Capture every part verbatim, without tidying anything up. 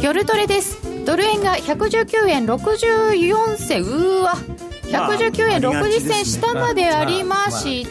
夜トレです。ドル円がひゃくじゅうきゅうえんろくじゅうよんせん、うーわひゃくじゅうきゅうえんろくじゅっせん下までありました、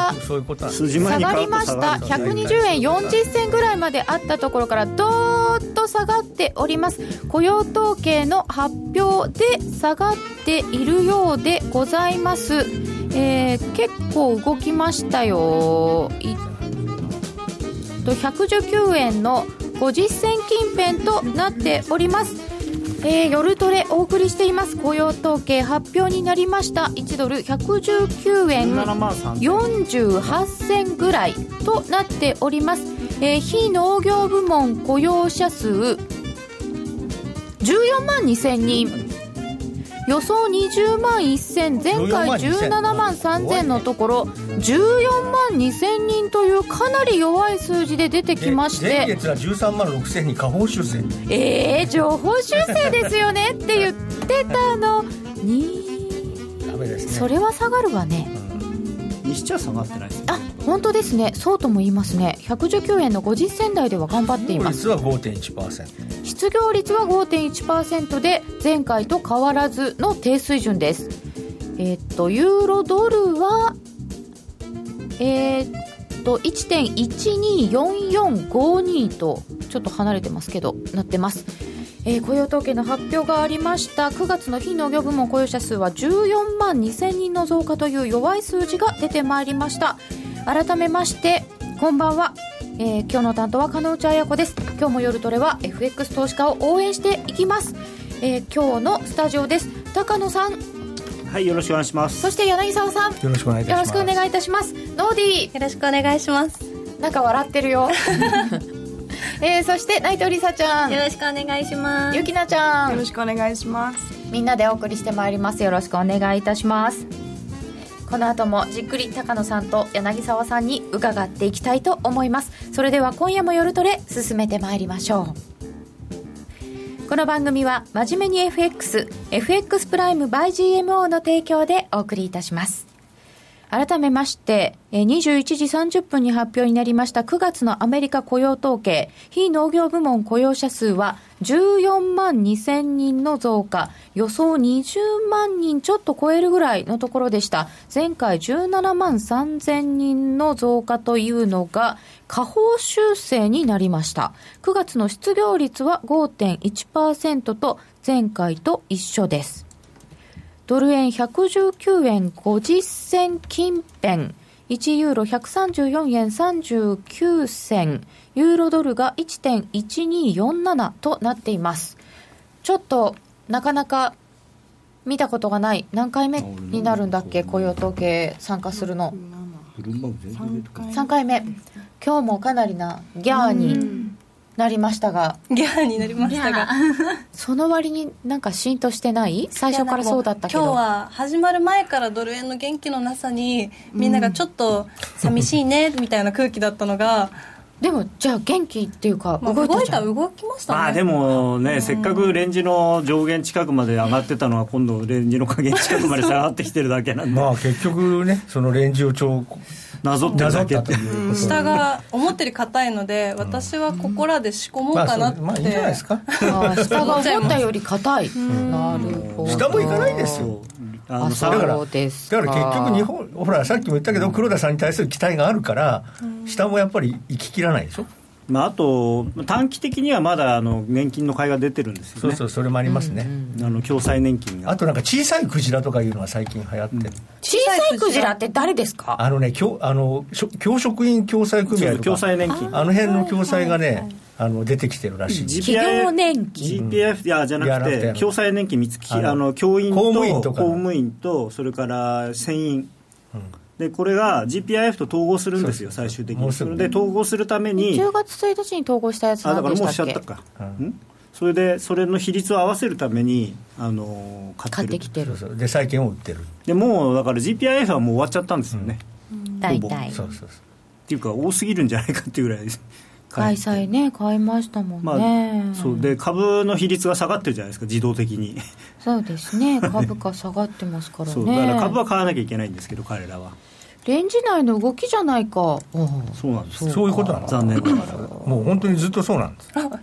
下がりました。ひゃくにじゅうえんよんじゅっせんぐらいまであったところからどーっと下がっております。雇用統計の発表で下がっているようでございます。えー、結構動きましたよ。ひゃくじゅうきゅうえんのごじゅっせん近辺となっております。えー、夜トレお送りしています。雇用統計発表になりました。いちドルひゃくじゅうきゅうえんよんじゅうはっせんぐらいとなっております。えー、非農業部門雇用者数じゅうよんまんにせんにん、予想にじゅうまんせん、前回じゅうななまんさんぜんのところじゅうよんまんにせんにんというかなり弱い数字で出てきまして、 前月はじゅうさんまんろくせんに下方修正、 えー、上方修正ですよねって言ってたのにダメですね。 それは下がるわね、 うん、にしちゃ下がってないですね。 あ、本当ですね。そうとも言いますね。ひゃくじゅうきゅうえんのごじゅっせん台では頑張っています。 失業率は ごてんいちパーセント、 失業率は ごてんいちパーセント で前回と変わらずの低水準です。えー、っとユーロドルはえー、っと いちてんいちによんよんごに とちょっと離れてますけどなってます。えー、雇用統計の発表がありました。くがつの非農業部門雇用者数はじゅうよんまんにせんにんの増加という弱い数字が出てまいりました。改めましてこんばんは、えー、今日の担当は金内彩子です。今日も夜トレは エフエックス 投資家を応援していきます。えー、今日のスタジオです。高野さん、 はい、よろしくお願いします。 そして柳沢さん、 よろしくお願いいたします。 よろしくお願いいたします。ノーディー、 よろしくお願いします。 なんか笑ってるよ、えー、そして内藤梨沙ちゃん、 よろしくお願いします。 ゆきなちゃん、 よろしくお願いします。 みんなでお送りしてまいります。よろしくお願いいたします。この後もじっくり高野さんと柳沢さんに伺っていきたいと思います。それでは今夜も夜トレ進めてまいりましょう。この番組は真面目に エフエックス エフエックス プライム by ジーエムオー の提供でお送りいたします。改めましてにじゅういちじさんじゅっぷんに発表になりましたくがつのアメリカ雇用統計、非農業部門雇用者数はじゅうよんまんにせんにんの増加、予想にじゅうまんにんちょっと超えるぐらいのところでした。前回じゅうななまんさんぜんにんの増加というのが下方修正になりました。くがつの失業率は ごてんいちパーセント と前回と一緒です。ドル円ひゃくじゅうきゅうえんごじゅっせん近辺、いちユーロひゃくさんじゅうよんえんさんじゅうきゅうせん、ユーロドルが いちてんいちによんなな となっています。ちょっとなかなか見たことがない、何回目になるんだっけ、雇用統計参加するのさんかいめ。今日もかなりなギャーになりましたが、 ギャーになりましたがその割になんか浸透してない？最初からそうだったけど、 今日は始まる前からドル円の元気のなさにみんながちょっと寂しいねみたいな空気だったのがでもじゃあ元気っていうか動いたじゃん、 まあ、動いた動きましたね。 まあでもね、せっかくレンジの上限近くまで上がってたのは今度レンジの下限近くまで下がってきてるだけなんでまあ結局ね、そのレンジを超なぞってるだけっていう、下が思ったより硬いので、私はここらで仕込もうかなって、 まあ、まあいいんじゃないですか。 あ、下が思ったより硬い、なるほど。 下もいかないですよ。 あのだからそうですか。だから結局日本、ほらさっきも言ったけど黒田さんに対する期待があるから、下もやっぱり行ききらないでしょ。 まあ、あと短期的にはまだあの年金の買いが出てるんですよね。 そうそう、それもありますね、 うんうん、あの共済年金が。 あとなんか小さいクジラとかいうのが最近流行ってる、うん、 小さいクジラって誰ですか？ あのね、教あの教職員共済組合とか共済年金、 あの辺の共済がね、はいはい、あの出てきてるらしい。 企業年金ジーピーエフ、いやじゃなくて共済年金三月、あの教員と公務員とか公務員とそれから船員、うんでこれが ジーピーアイエフ と統合するんですよ、最終的に。それで統合するためにじゅうがつついたちに統合したやつなんでしたっけ？ あ、だからもうしちゃったか、うん、それでそれの比率を合わせるためにあの買ってる、 買ってきてる。 そうそうで債券を売ってる。 でもうだから ジーピーアイエフ はもう終わっちゃったんですよね、 大体、うん、 そうそうそうっていうか多すぎるんじゃないかっていうぐらいです開催ね、買いましたもんね、 まあ、そうで株の比率が下がってるじゃないですか、自動的に。 そうですね、株価下がってますからね。 そうだから株は買わなきゃいけないんですけど、彼らはレンジ内の動きじゃないか。 そうなんです。 そういうことなの。 残念ながらもう本当にずっとそうなんです。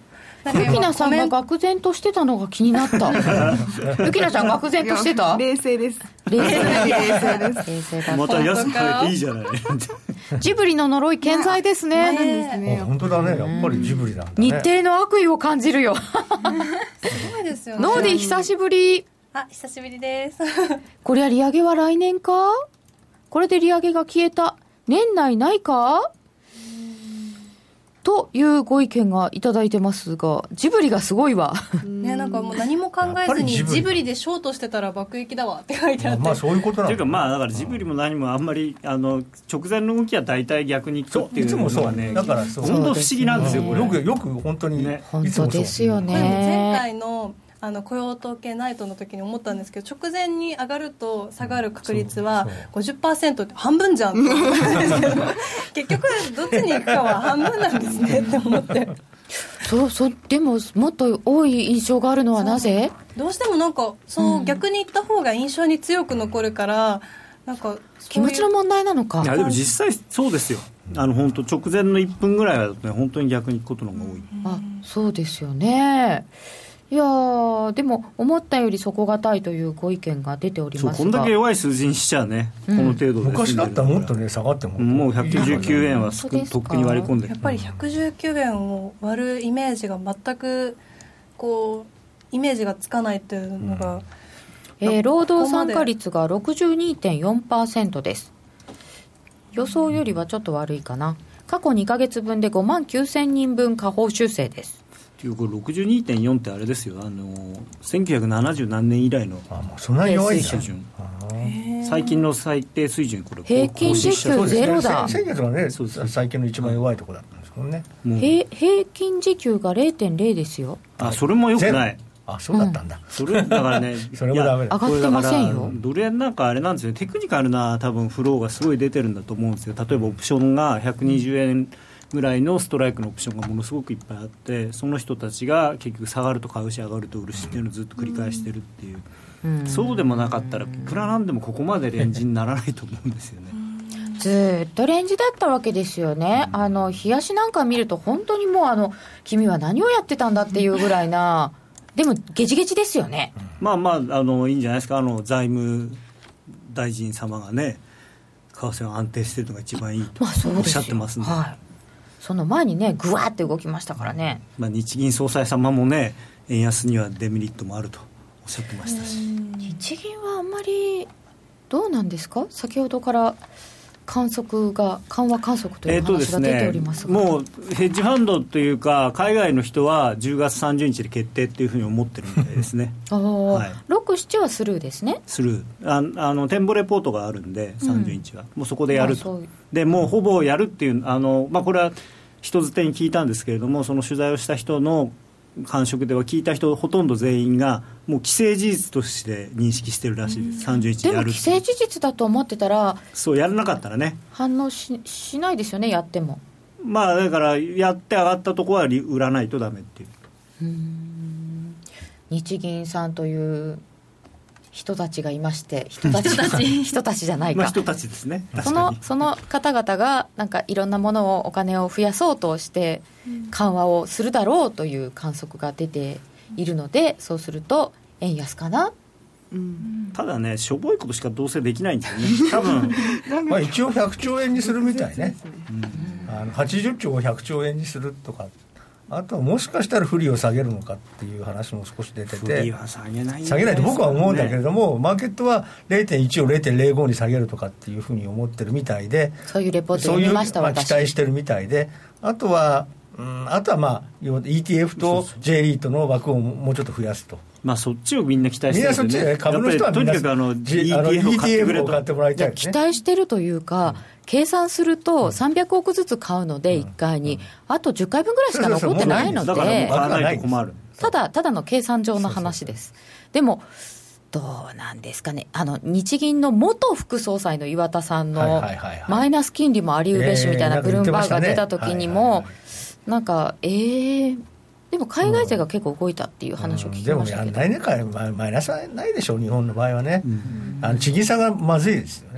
ゆきなさんが愕然としてたのが気になったゆきなちゃん愕然としてた？ 冷静です冷静冷静です冷静だ。 また安く買えていいじゃないジブリの呪い健在ですね。 そうなんですね。 本当だね、やっぱりジブリなんだね。 日程の悪意を感じるよすごいですよね。 ノーディ久しぶり。 あ、久しぶりですこれは利上げは来年か？これで利上げが消えた。年内ないかというご意見がいただいてますが、ジブリがすごいわね、なんかもう何も考えずにジブリでショートしてたら爆撃だわって書いてあって、 まあそういうことなんだ。 というかまあだからジブリも何もあんまりあの直前の動きは大体逆にいくっていうのがね、 だからそう本当不思議なんですよ、これよくよく本当に、ね、 本当ですよね。 これも前回のあの雇用統計ナイトの時に思ったんですけど、直前に上がると下がる確率は ごじゅっパーセント って半分じゃんって思ったんですけど結局どっちに行くかは半分なんですねって思ってそうそうでももっと多い印象があるのはなぜ？ どうしてもなんかそう、うん、逆に言った方が印象に強く残るからなんか気持ちの問題なのか。 いやでも実際そうですよ。あの本当直前のいっぷんぐらいは、ね、本当に逆に行くことの方が多い、うん、 あそうですよね。いやでも思ったより底堅いというご意見が出ておりますが、 そうこんだけ弱い数字にしちゃね、うん、この程度で昔だったらもっとね下がってももうひゃくきゅうじゅうきゅうえんはとっくに割り込んでる。 やっぱりひゃくじゅうきゅうえんを割るイメージが全くこうイメージがつかないっていうのが、 うんえー、労働参加率が ろくじゅうにてんよんパーセント です。予想よりはちょっと悪いかな。過去にかげつぶんでごまんきゅうせんにんぶん下方修正です。 これ ろくじゅうにてんよん ってあれですよ、あのせんきゅうひゃくななじゅう何年以来のそんなに弱い水準、最近の最低水準、これ平均時給ゼロだ。 先月はね最近の一番弱いところだったんですけどね、 うん、平, 平均時給が れいてんれい ですよ。 あそれもよくない。 あそうだったんだ、うん、 それだからねそれもダメだ。 上がってませんよ。 ドル円なんかあれなんですよ、テクニカルな多分フローがすごい出てるんだと思うんですよ。例えばオプションがひゃくにじゅうえんぐらいのストライクのオプションがものすごくいっぱいあって、その人たちが結局下がると買うし上がると売るしっていうのをずっと繰り返してるっていう、うん、そうでもなかったらいくらなんでもここまでレンジにならないと思うんですよね。 ずっとレンジだったわけですよね、うん、あの冷やしなんか見ると本当にもうあの君は何をやってたんだっていうぐらいなでもゲチゲチですよね。 まあまあ、あのいいんじゃないですか。あの財務大臣様がね為替が安定してるのが一番いいとおっしゃってますんで、まあはい、その前にねぐわって動きましたからね、 まあ、日銀総裁様もね円安にはデメリットもあるとおっしゃってましたし、 日銀はあんまりどうなんですか。先ほどから観測が緩和観測という話が出ておりますが、 えーとですね、もうヘッジファンドというか海外の人はじゅうがつさんじゅうにちで決定っていうふうに思ってるみたいですねあ、はい、ろく、しちはスルーですね。 スルー あ, あの展望レポートがあるんでさんじゅうにちは、うん、もうそこでやると、まあ、でもうほぼやるっていうあの、まあ、これは人づてに聞いたんですけれども、その取材をした人の感触では聞いた人ほとんど全員がもう既成事実として認識してるらしいです、うん、さんじゅうにちでやる。 でも既成事実だと思ってたらそうやらなかったらね反応 し, しないですよね。やってもまあだからやって上がったところは売らないとダメっていう。 うーん日銀さんという人たちがいまして、人たち人たちじゃないか、 まあ、人たちですね。 そのその方々がなんかいろんなものをお金を増やそうとして緩和をするだろうという観測が出ているので、そうすると円安かな、 うん、ただねしょぼいことしかどうせできないんですよね多分まあ一応ひゃくちょうえんにするみたいね、うん、あのはちじゅっちょうをひゃくちょうえんにするとか、あとはもしかしたら不利を下げるのかっていう話も少し出てて、 不利は下げないん下げないと僕は思うんだけれども、ね、マーケットは れいてんいち を れいてんぜろご に下げるとかっていうふうに思ってるみたいで、 そういうレポートを読みました。 そういう、まあ、期待してるみたいで、あとは、うん、あとはまあ イーティーエフ と J リートの枠をもうちょっと増やすと。 まあ、そっちをみんな期待してるんですよね。 みんなそっち、株の人はみんなとにかくあの イーティーエフ を買ってくれと。 イーティーエフ を買ってもらいたいですね。 期待してるというか、うん、計算するとさんびゃくおくずつ買うのでいっかいに、うん、あとじゅっかいぶんぐらいしか残ってないので、 だからもう買わないと困る。 ただただの計算上の話です。そうそうそう、でもどうなんですかね、あの日銀の元副総裁の岩田さんのマイナス金利もありうべしみたいなブルームバーグが出た時にもなんかえーでも海外勢が結構動いたっていう話を聞きましたけど、うん、 でも来年からマイナスはないでしょう、日本の場合はね、うん、あの地銀差がまずいですよね。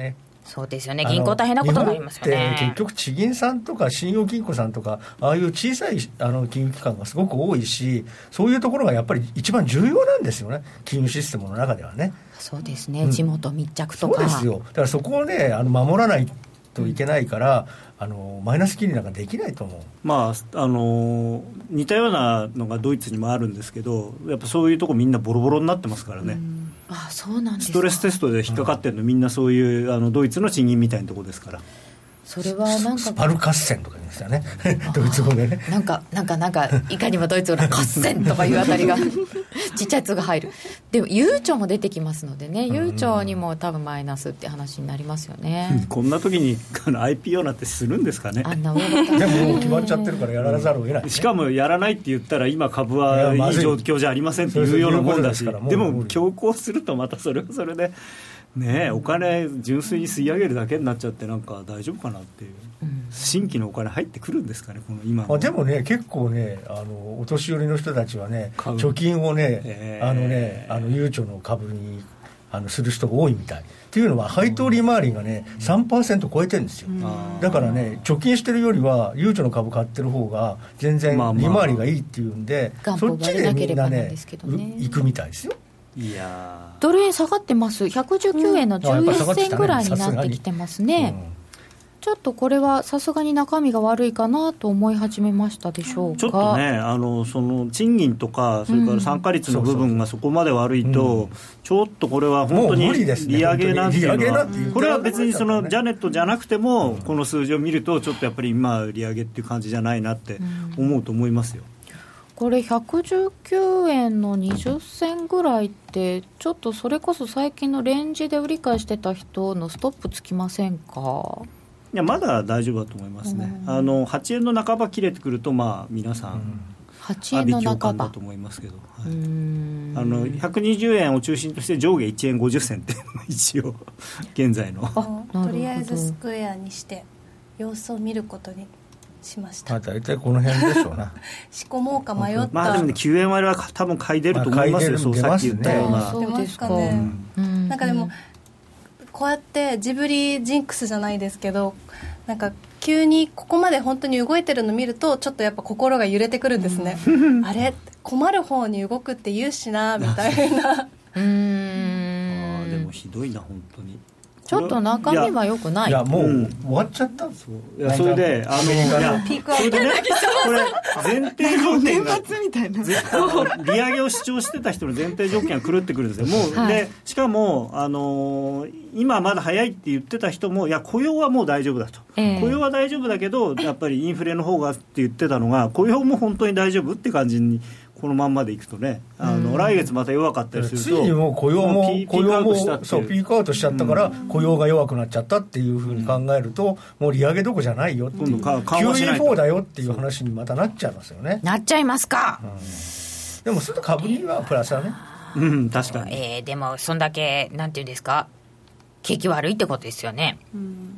そうですよね、銀行大変なことになりますよね。 日本って結局地銀さんとか信用金庫さんとかああいう小さいあの金融機関がすごく多いし、そういうところがやっぱり一番重要なんですよね、金融システムの中ではね。 そうですね、うん、地元密着とか。 そうですよ。だからそこをねあの守らないといけないから、あのマイナス金利なんかできないと思う。 まああの似たようなのがドイツにもあるんですけど、やっぱそういうとこみんなボロボロになってますからね。 あ、そうなんですか。 ストレステストで引っかかってるの、うん、みんなそういうあのドイツの地銀みたいなところですから。 それはなんかスパルカッセンとか言いましたねドイツ語でね。 なんかなんかなんかいかにもドイツ語のカッセンとかいうあたりがちっちゃいやつが入る。でもゆうちょも出てきますのでね、ゆうちょにも多分マイナスって話になりますよね。 こんな時にあの アイピーオー なんてするんですかね。 あんな上がでももう決まっちゃってるからやらざるを得ない、ね、 しかもやらないって言ったら今株はいい状況じゃありませんっていうようなもんだし、でも強行するとまたそれはそれでねえ、お金純粋に吸い上げるだけになっちゃって、なんか大丈夫かなっていう、うん、新規のお金入ってくるんですかね、この今の。 あでもね、結構ね、あのお年寄りの人たちはね、貯金をね、えー、あのね、あのゆうちょの株にあのする人が多いみたい。っていうのは配当利回りがね さんパーセント 超えてるんですよ。だからね、貯金してるよりはゆうちょの株買ってる方が全然利回りがいいっていうんで、まあまあ、そっちでみんなね行くみたいですよ。 いやドル円下がってます。ひゃくじゅうきゅうえんのじゅういっせんぐらいになってきてますね。ちょっとこれはさすがに中身が悪いかなと思い始めましたでしょうか。 ちょっとね、あのその賃金とかそれから参加率の部分がそこまで悪いと、うん、ちょっとこれは本当に利上げなんていうのは、これは別にそのジャネットじゃなくても、うん、この数字を見るとちょっとやっぱり今利上げっていう感じじゃないなって思うと思いますよ。 これひゃくじゅうきゅうえんのにじゅっせんぐらいってちょっとそれこそ最近のレンジで売り買いしてた人のストップつきませんか。 いやまだ大丈夫だと思いますね。あのはちえんの半ば切れてくると、まあ皆さん、うん、 はちえんの半ばだと思いますけど、はい、うーんあのひゃくにじゅうえんを中心として上下いちえんごじゅっせんっていうのが一応現在のとりあえずスクエアにして様子を見ることにしました。 まあ、大体この辺でしょうな仕込もうか迷った。 まあでもね、きゅうえん割は多分買い出ると思いますよ、まあ、そうさっき言ったような。 そうですかね、うん、なんかでもこうやってジブリジンクスじゃないですけど、なんか急にここまで本当に動いてるの見るとちょっとやっぱ心が揺れてくるんですねあれ困る方に動くって言うしなみたいなうーんあでもひどいな本当に。 ちょっと中身は良くない。 いやもう、うん、終わっちゃったんですよ。 いやそれであのいやピークアウト、 ね、これ前提条件が年末みたいな利上げを主張してた人の前提条件が狂ってくるんですよ。もう、はい、でしかもあのー、今まだ早いって言ってた人もいや雇用はもう大丈夫だと、えー、雇用は大丈夫だけどやっぱりインフレの方がって言ってたのが雇用も本当に大丈夫って感じにこのまんまでいくとね、あの、うん、来月また弱かったりすると、 ついにもう雇用もピークアウトしたっていう、 そうピークアウトしちゃったから、うん、雇用が弱くなっちゃったっていうふうに考えると、うん、もう利上げどこじゃないよっていう、キューイーフォー だよっていう話にまたなっちゃいますよね。 なっちゃいますか、うん、 でもそれと株にはプラスだね。 うん、確かに、 えー、でもそんだけなんていうんですか、景気悪いってことですよね。うん、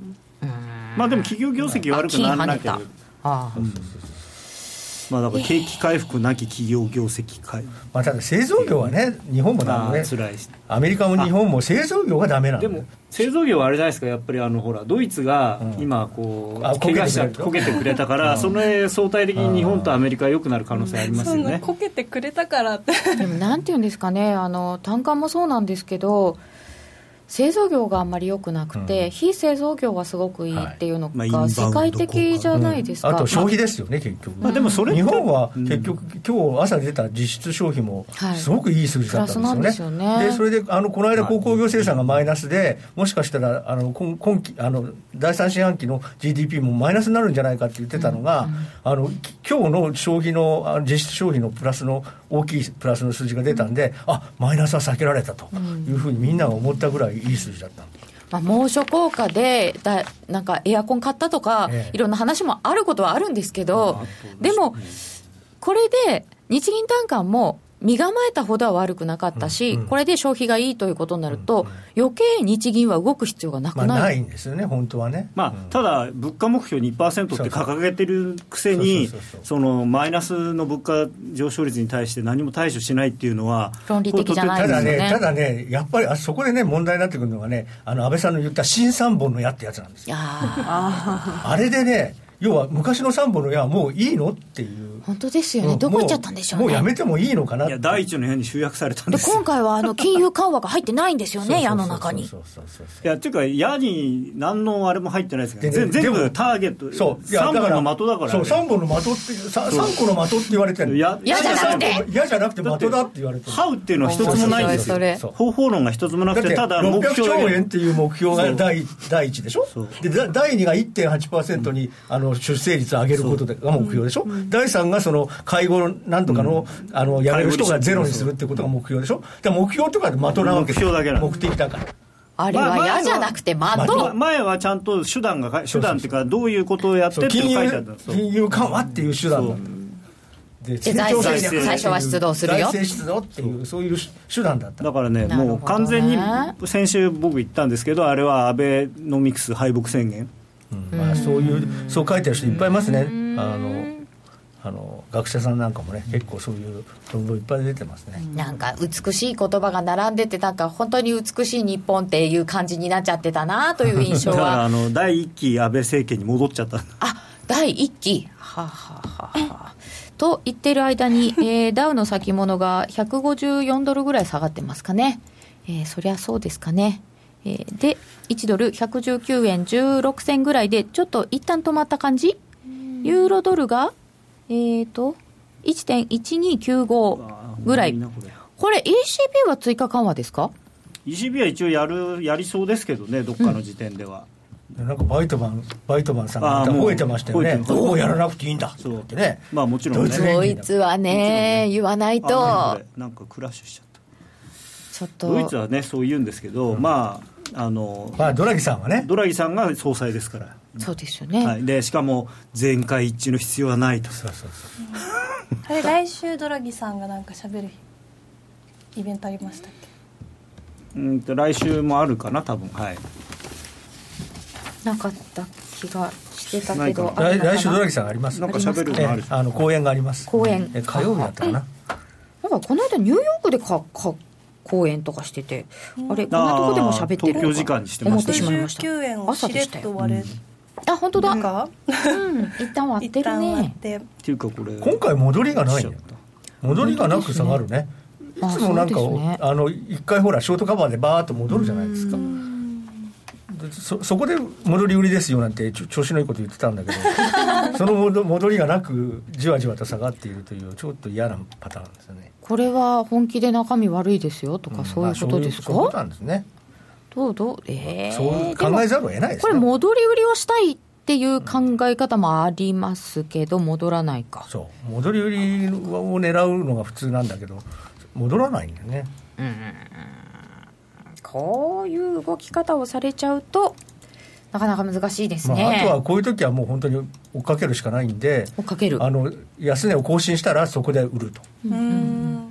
うんまあでも企業業績悪くならなきゃ、ああ、うん、まあ、だから景気回復なき企業業績回復、 まあ、ただ製造業はね、日本もダメね、 辛いアメリカも日本も製造業がダメなんで。でも製造業はあれじゃないですか、やっぱりあのほらドイツが今こう、うん、怪我しちゃってこけてくれたから、うん、それ相対的に日本とアメリカは良くなる可能性ありますよね、うん、 こけてくれたからってでもなんていうんですかね、あの単価もそうなんですけど、製造業があんまり良くなくて、うん、非製造業はすごくいいっていうのが、はいまあ、世界的じゃないですか、 うん、あと消費ですよね、結局、 まあ、でもそれ日本は結局、うん、今日朝出た実質消費もすごくいい数字だったんですよね、はい、でそれであのこの間鉱工業生産がマイナスで、もしかしたらあの 今, 今期あのだいさん四半期の ジーディーピー もマイナスになるんじゃないかって言ってたのが、うんうん、あの今日の消費のあの実質消費のプラスの大きいプラスの数字が出たんで、あマイナスは避けられたというふうにみんなが思ったぐらいいい数字だったんです。 まあ、猛暑効果でだなんかエアコン買ったとか、ええ、いろんな話もあることはあるんですけど、でもこれで日銀短観も身構えたほどは悪くなかったし、うんうん、これで消費がいいということになると、うんうん、余計日銀は動く必要がなくなる、 まあ、ないんですよね本当はね、 まあ、ただ物価目標 にパーセント って掲げてるくせにそのマイナスの物価上昇率に対して何も対処しないっていうのは論理的じゃないですよね。 ただね、ただねやっぱりあそこでね問題になってくるのがね、あの安倍さんの言った新三本の矢ってやつなんですよ。あ, あれでね、要は昔の三本の矢はもういいのっていう。 本当ですよね、どこ行っちゃったんでしょうね。 もうやめてもいいのかなって。 いや第一の矢に集約されたんですよ。 で今回はあの金融緩和が入ってないんですよね矢の中に。いやっていうか矢に何のあれも入ってないですけど、ね、全部ターゲットそうさんぼんの的だから、ね、そうさんぼんの的ってさんこの的って言われてるの。 矢じゃなくて矢じゃなくて的だって言われてる。 ハウっていうのは一つもないんですよ。方法論が一つもなくて、ただ目標ろっぴゃくちょうえんっていう目標が第第一でしょ。でだいにが いってんはちパーセント にあの出生率を上げることが目標でしょ、うん、だいさんがその介護なんとかの、うん、あのやめる人がゼロにするってことが目標でしょ。で目標とかで的なわけです。目的だから。 あれは嫌じゃなくて的、まあ、 前はちゃんと手段が手段っていうかどういうことをやってって書いてあったんです。 金融緩和っていう手段だったで財政最初は出動するよ、 財政出動っていうそういう手段だった。 だからね、もう完全に先週僕言ったんですけど、あれはアベノミクス敗北宣言、 うんまあ、そういうそう書いてある人いっぱいいますね。あのあの学者さんなんかもね結構そういう論文いっぱい出てますね。 なんか美しい言葉が並んでて、なんか本当に美しい日本っていう感じになっちゃってたなという印象はだからあのだいいっき安倍政権に戻っちゃった。 あ、だいいっきはあ、はあはあ、と言ってる間に、えー、ダウの先物がひゃくごじゅうよんドルぐらい下がってますかね、えー、そりゃそうですかね、えー、でいちドルひゃくじゅうきゅうえんじゅうろくせんぐらいでちょっと一旦止まった感じ。ユーロドルがえーと いってんいちにきゅうご ぐらい。これ イーシービー は追加緩和ですか？ イーシービー は一応やるやりそうですけどね、どっかの時点では、 うん、なんかバイトマンバイトマンさんが覚えてましたよね。どうやらなくていいんだってね。 まあもちろんね、 ドイツはね言わないとなんかクラッシュしちゃった。 ちょっとドイツはねそう言うんですけど、うん、まああのまあドラギさんはね、 ドラギさんが総裁ですから。 そうですよね、 はい、でしかも全会一致の必要はないと。そうそうそうあれ来週ドラギさんがなんか喋るイベントありましたっけ？ うんと来週もあるかな多分。はい、 なかった気がしてたけど、 来, 来週ドラギさんあります。 なんか喋るのある、 あの講演があります。 講演え火曜日だったかな。 なんかこの間ニューヨークでかか講演とかしてて、あれこんなとこでも喋ってる東京時間にしてました。 思ってしまいました。 きゅうえんをしれっと割れ、 あ、本当だ。うん、一旦割ってるね。 っていうかこれ今回戻りがないよ。戻りがなく下がるね。いつもなんか、ね、あの一回ほらショートカバーでバーッと戻るじゃないですか。そ, そこで戻り売りですよなんて調子のいいこと言ってたんだけどその戻りがなくじわじわと下がっているというちょっと嫌なパターンですよね。 これは本気で中身悪いですよとか、うん、そういうことですか？ そういうことなんですね。 どうどう、えー、 そう考えざるを得ないですね。 これ戻り売りをしたいっていう考え方もありますけど、戻らないか。 そう戻り売りを狙うのが普通なんだけど戻らないんだよね。うん、 こういう動き方をされちゃうとなかなか難しいですね。 まあ、あとはこういう時はもう本当に追っかけるしかないんで、 追っかける、 あの安値を更新したらそこで売ると。 うんうんうん、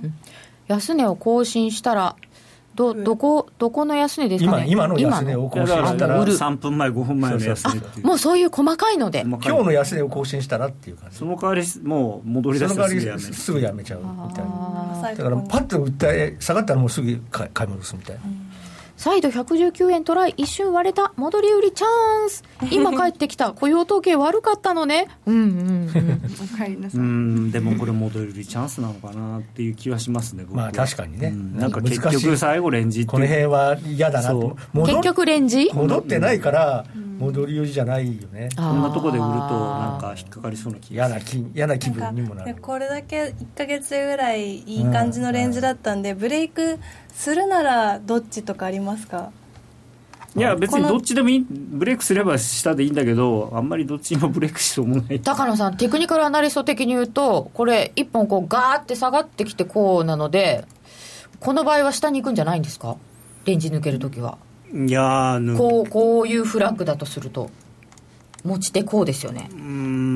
安値を更新したらど, ど, こどこの安値ですかね。 今, 今の安値を更新したら売る。さんぷんまえごふんまえの安値っていう。 もうそういう細かいので今日の安値を更新したらっていう感じ。 その代わりもう戻り出したらすぐやめる。 すぐやめちゃうみたいな。だからパッと売って下がったらもうすぐ買い戻すみたいな。うん、 再度ひゃくじゅうきゅうえんトライ、一瞬割れた、戻り売りチャンス、今帰ってきた雇用統計悪かったのね。うんうんうんお帰りなさい。うんでもこれ戻り売りチャンスなのかなっていう気はしますね。僕はまあ確かにね、うん、 なんか結局最後レンジってこの辺は嫌だなと。 結局レンジ戻ってないから戻り売りじゃないよね。 こんなとこで売るとなんか引っかかりそうな気がする。 嫌な気分にもなる。 これだけいっかげつぐらいいい感じのレンジだったんで、うん、ブレイクするならどっちとかありますか？ いや別にどっちでもいい、ブレイクすれば下でいいんだけど、あんまりどっちにもブレイクしそうもない。 高野さんテクニカルアナリスト的に言うと、これいっぽんこうガーって下がってきてこうなので、この場合は下に行くんじゃないんですか？レンジ抜けるときは。 いやこう、こういうフラッグだとすると持ち手こうですよね。 うん、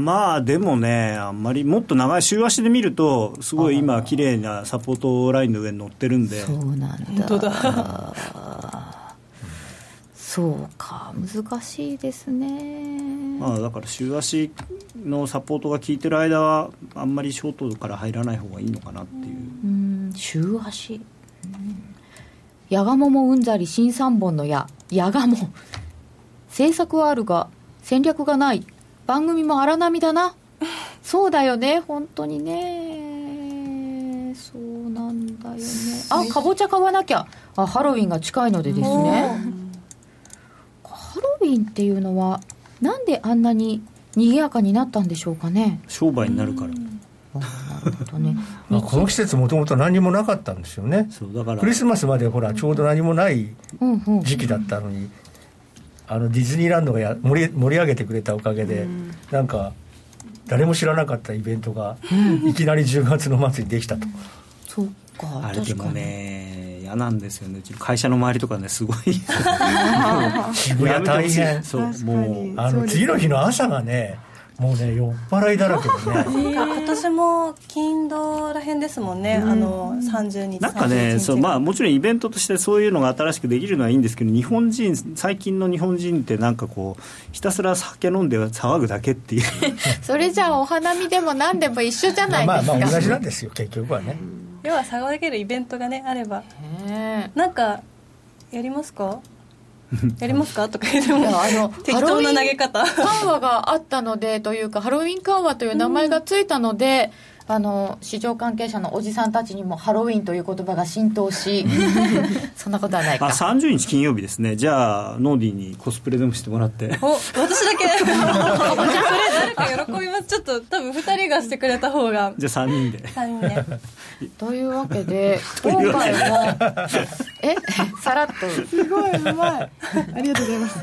まあでもね、あんまりもっと長い週足で見るとすごい今綺麗なサポートラインの上に乗ってるんで。 そうなんだ。 本当だそうか、難しいですね。 まあ、だから週足のサポートが効いてる間はあんまりショートから入らない方がいいのかなっていう。 うん、週足、うん、やがももうんざり新三本の矢、やがも政策はあるが戦略がない、番組も荒波だなそうだよね、本当にね、そうなんだよね。あ、かぼちゃ買わなきゃ。あ、ハロウィンが近いのでですね。ハロウィンっていうのはなんであんなに賑やかになったんでしょうかね。 商売になるから。 あ、なるほどねまあ、この季節もともと何もなかったんですよね。 そうだからクリスマスまでほらちょうど何もない時期だったのに、うんうん、あのディズニーランドがや 盛, り盛り上げてくれたおかげで、うん、なんか誰も知らなかったイベントがいきなりじゅうがつの末にできたと、うん、 そうか。 あれでもね嫌なんですよね。うちの会社の周りとかねすごい渋谷大変。 そう、もうあの次の日の朝がねもうね酔っ払いだらけでね今年も金土らへんですもんね、うん、あのさんじゅうにちなんかねそう、まあ、もちろんイベントとしてそういうのが新しくできるのはいいんですけど、日本人最近の日本人ってなんかこうひたすら酒飲んで騒ぐだけっていうそれじゃあお花見でも何でも一緒じゃないですか。 まあまあ同じなんですよ結局はね。 要は騒げるイベントがねあれば、なんかやりますかやりますかとか言ってもあの適当な投げ方緩和があったのでというかハロウィン緩和という名前がついたので、うん、あの市場関係者のおじさんたちにもハロウィンという言葉が浸透しそんなことはないか。 あ、さんじゅうにち金曜日ですね。じゃあノーディーにコスプレでもしてもらって。 お、私だけそれ誰か喜びます。ちょっと多分ふたりがしてくれた方が。 じゃあさんにんでさんにんでというわけで今回もえさらっとすごいうまいありがとうございます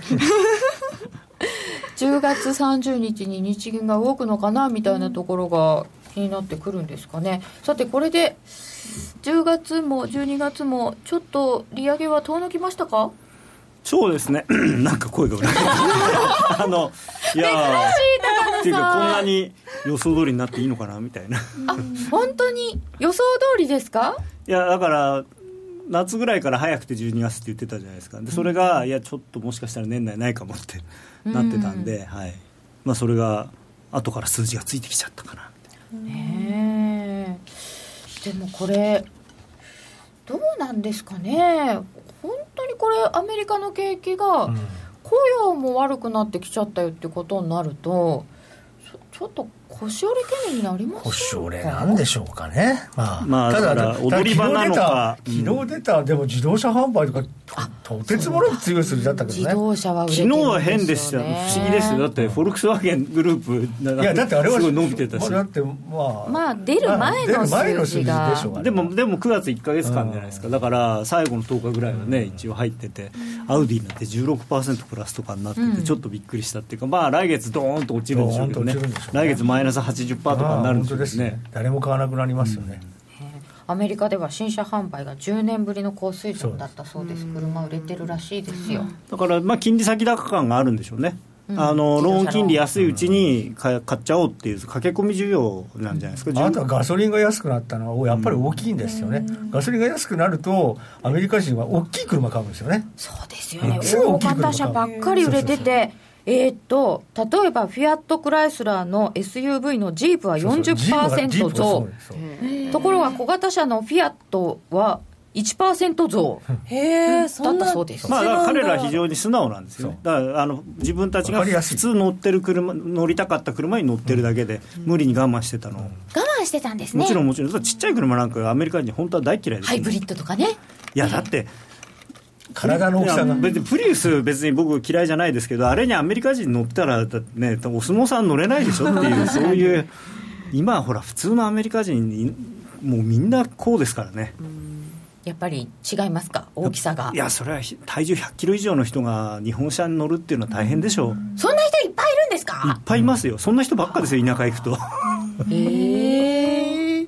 じゅうがつさんじゅうにちに日銀が動くのかなみたいなところが気になってくるんですかね。さてこれでじゅうがつもじゅうにがつもちょっと利上げは遠のきましたか。 そうですねなんか声があのいやーっていうかこんなに予想通りになっていいのかなみたいなあ、本当に予想通りですか。 いやだから夏ぐらいから早くてじゅうにがつって言ってたじゃないですか。でそれが、うん、いやちょっともしかしたら年内ないかもってなってたんで、うん、はい、まあ、それが後から数字がついてきちゃったかなみたいな。 へー、でもこれどうなんですかね。本当にこれアメリカの景気が雇用も悪くなってきちゃったよってことになるとちょっと腰折れ懸念になりますか。 腰折れなんでしょうかね。まあ、 まあ、ただ、だから踊り場なのか昨日出た、昨日出たでも自動車販売とかとてつもなく強い数字だったけどね。 自動車は売れてるんですよね。 昨日は変でした。不思議ですよ。だってフォルクスワーゲングループいやだってあれはすごい伸びてたし、 だってまあ、 まあ、出る前の数字が、 数字でしょうがね。 でもでもくがついっかげつかんじゃないですか。だから最後のとおかぐらいはね、うん、一応入ってて、アウディなんて じゅうろくパーセント プラスとかになってて、うん、ちょっとびっくりしたっていうか、まあ来月ドーンと落ちるんでしょうけどね。来月マイナス はちじゅっパーセント とかになるんでしょうね。 ね、誰も買わなくなりますよね、 うん、アメリカでは新車販売がじゅうねんぶりの高水準だったそうです。車売れてるらしいですよ。 だからまあ金利先高感があるんでしょうね、うん、あのローン金利安いうちに買っちゃおうっていう駆け込み需要なんじゃないですか。 あとはガソリンが安くなったのはやっぱり大きいんですよね、うん、ガソリンが安くなるとアメリカ人は大きい車買うんですよね。 そうですよね、大型車ばっかり売れてて、そうそうそう、えー、と例えばフィアットクライスラーの エスユーブイ のジープは よんじゅっパーセント 増、ところが小型車のフィアットはいちパーセント 増へー、そんなだったそうです。 まあ、だから彼らは非常に素直なんですよ。だからあの自分たちが普通乗ってる車、乗りたかった車に乗ってるだけで、うん、無理に我慢してたの、うん、 我慢してたんですね。 もちろんもちろんちっちゃい車なんかアメリカ人本当は大嫌いです、ね、 ハイブリッドとかね。 いやだって体の大きさが別にプリウス別に僕嫌いじゃないですけど、あれにアメリカ人乗ったら、ね、お相撲さん乗れないでしょっていうそういう今はほら普通のアメリカ人にもうみんなこうですからね。うん、 やっぱり違いますか、大きさが。 いやそれは体重ひゃっキロ以上の人が日本車に乗るっていうのは大変でしょう。うん、 そんな人いっぱいいるんですか。 いっぱいいますよ。そんな人ばっかですよ田舎行くと。 へー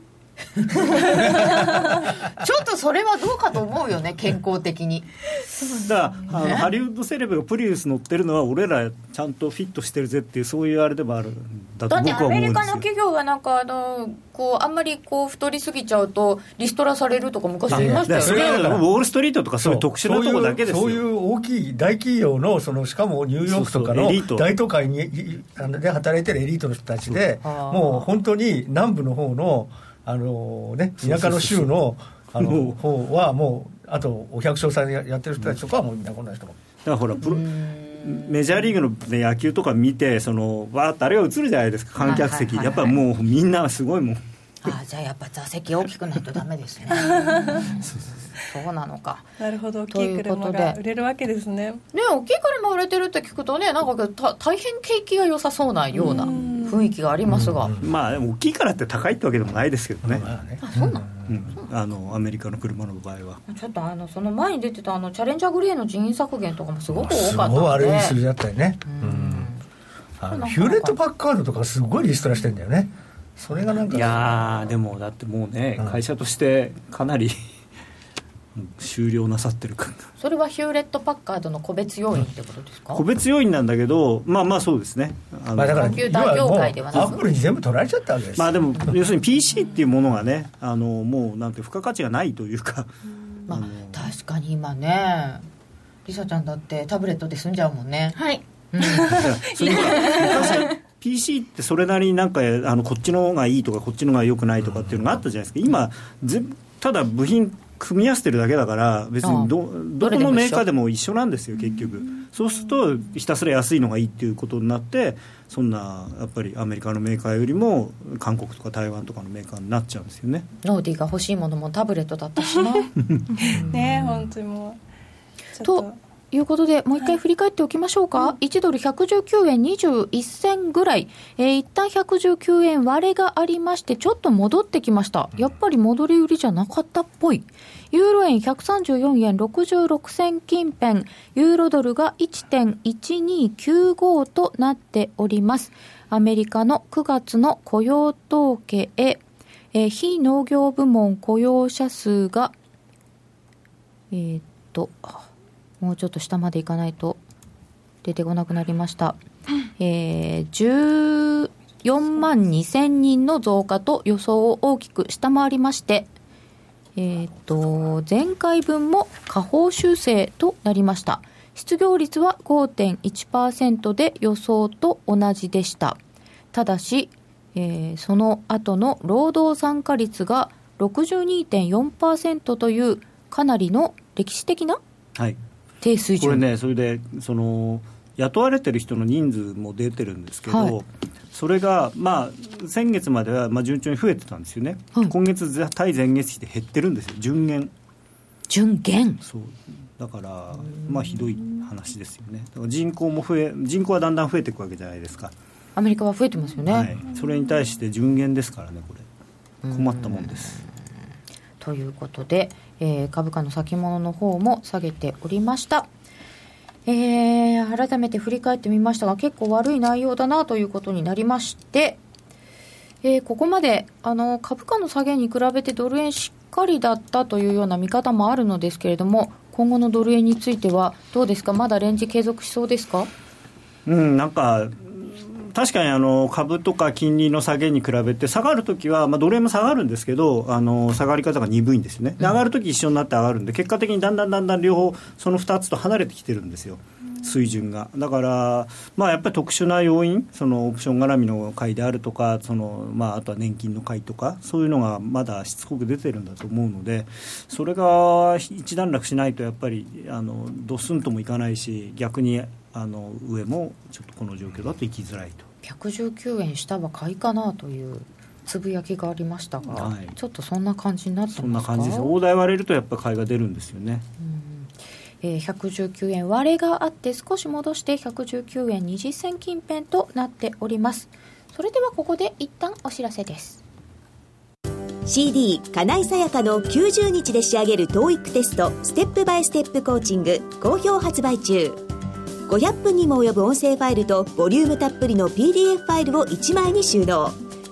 ちょっとそれはどうかと思うよね、健康的に。 だからあのハリウッドセレブがプリウス乗ってるのは俺らちゃんとフィットしてるぜっていう、そういうあれでもあるんだと僕は思うんですよ。 だってアメリカの企業がなんかあのこうあんまりこう太りすぎちゃうとリストラされるとか昔言いましたよね。 それはウォールストリートとかそういう特殊なところだけですよ。 そういう大きい大企業の、 そのしかもニューヨークとかの大都会にで働いてるエリートの人たちで、もう本当に南部の方のあの、ね、田舎の州のあの方はもうあとお百姓さんやってる人たちとかはもうみんなこんな人も。 だからほらプロメジャーリーグの、ね、野球とか見てそのわーっとあれが映るじゃないですか、観客席、やっぱりもうみんなすごいもん。 ああ、じゃあやっぱ座席大きくないとダメですね。そうなのか。 なるほど、大きい車が売れるわけですね。 ね、大きい車売れてるって聞くとね、なんかた大変景気が良さそうなような雰囲気がありますが、 まあ大きいからって高いってわけでもないですけどね。 あ、そうなの、 うん、あのアメリカの車の場合はちょっとあのその前に出てたあのチャレンジャーグレーの人員削減とかもすごく多かったので、 すごい悪い数字だったよね。うん、あのヒューレット・パッカードとかすごいリストラしてんだよね。それがなんか、 いやでもだってもうね、うん、会社としてかなり終了なさってるか。 それはヒューレット・パッカードの個別要因ってことですか？ 個別要因なんだけど、まあまあそうですね。 あの、まあ、だからコンピューター業界ではなく、 アップルに全部取られちゃったわけです。 まあでも要するに ピーシー っていうものがね、あのもうなんて付加価値がないというか、 まあ、確かに今ね、リサちゃんだってタブレットで済んじゃうもんね。 はい、 うん、 それ昔ピーシー ってそれなりになんかあのこっちの方がいいとかこっちの方が良くないとかっていうのがあったじゃないですか。今ぜただ部品組み合わせてるだけだから別に ど, どこのメーカーでも一緒なんですよ結局。そうするとひたすら安いのがいいっていうことになって、そんなやっぱりアメリカのメーカーよりも韓国とか台湾とかのメーカーになっちゃうんですよね。 ノーディが欲しいものもタブレットだったしね。 ねえ本当にもうとということでもう一回振り返っておきましょうか、はい、いちドルひゃくじゅうきゅうえんにじゅういっせんぐらい、えー、一旦ひゃくじゅうきゅうえん割れがありましてちょっと戻ってきました。やっぱり戻り売りじゃなかったっぽい。ユーロ円ひゃくさんじゅうよんえんろくじゅうろくせん近辺、ユーロドルが いってんいちにきゅうご となっております。アメリカのくがつの雇用統計、えー、非農業部門雇用者数がえー、っともうちょっと下までいかないと出てこなくなりました、えー、じゅうよんまんにせんにんの増加と予想を大きく下回りまして、えー、と前回分も下方修正となりました。失業率は ごてんいちパーセント で予想と同じでした。ただし、えー、その後の労働参加率が ろくじゅうにてんよんパーセント というかなりの歴史的な、はい低水準。 これね、それでその雇われてる人の人数も出てるんですけど、はい、それが、まあ、先月まではまあ順調に増えてたんですよね、はい、今月対前月比で減ってるんですよ。順減順減そうだから、まあ、ひどい話ですよね。だから人口も増え人口はだんだん増えていくわけじゃないですか。 アメリカは増えてますよね、 はい、それに対して順減ですからね。これ困ったもんです。 ということで、えー、株価の先物の方も下げておりました。えー、改めて振り返ってみましたが結構悪い内容だなということになりまして、えー、ここまであの株価の下げに比べてドル円しっかりだったというような見方もあるのですけれども、今後のドル円についてはどうですか？まだレンジ継続しそうですか？ うん、なんか確かにあの株とか金利の下げに比べて下がるときは、まあ、ドル円も下がるんですけど、あの下がり方が鈍いんですよね。で上がるとき一緒になって上がるんで、結果的にだんだんだんだん両方そのふたつと離れてきてるんですよ、水準が。だから、まあ、やっぱり特殊な要因、そのオプション絡みの買いであるとか、その、まあ、あとは年金の買いとか、そういうのがまだしつこく出てるんだと思うので、それが一段落しないとやっぱりあのドスンともいかないし、逆にあの上もちょっとこの状況だと行きづらいと。 ひゃくじゅうきゅうえん下は買いかなというつぶやきがありましたが、はい、ちょっとそんな感じになってますか？ そんな感じです。大台割れるとやっぱり買いが出るんですよね。 うん、えー、ひゃくじゅうきゅうえん割れがあって少し戻してひゃくじゅうきゅうえんにじゅっ銭近辺となっております。それではここで一旦お知らせです。 シーディー 金井さやかのきゅうじゅうにちで仕上げる トーイック テストステップバイステップコーチング好評発売中。ごひゃっぷんにも及ぶ音声ファイルとボリュームたっぷりの ピーディーエフ ファイルをいちまいに収納。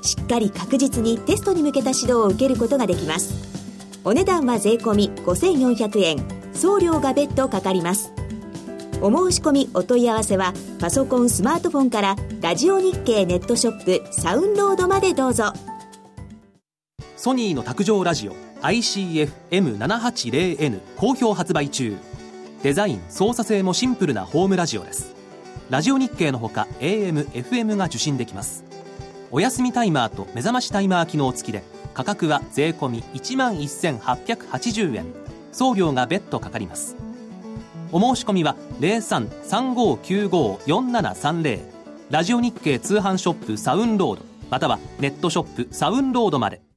しっかり確実にテストに向けた指導を受けることができます。お値段は税込みごせんよんひゃくえん、送料が別途かかります。お申し込みお問い合わせはパソコンスマートフォンからラジオ日経ネットショップサウンロードまでどうぞ。 ソニーの卓上ラジオ アイシーエフエムななはちゼロエヌ 好評発売中。デザイン操作性もシンプルなホームラジオです。ラジオ日経のほか エーエム、エフエム が受信できます。お休みタイマーと目覚ましタイマー機能付きで価格は税込み いちまんせんはっぴゃくはちじゅうえん、送料が別途かかります。お申し込みは ゼロさん さんごきゅうご よんななさんゼロ ラジオ日経通販ショップサウンロードまたはネットショップサウンロードまで。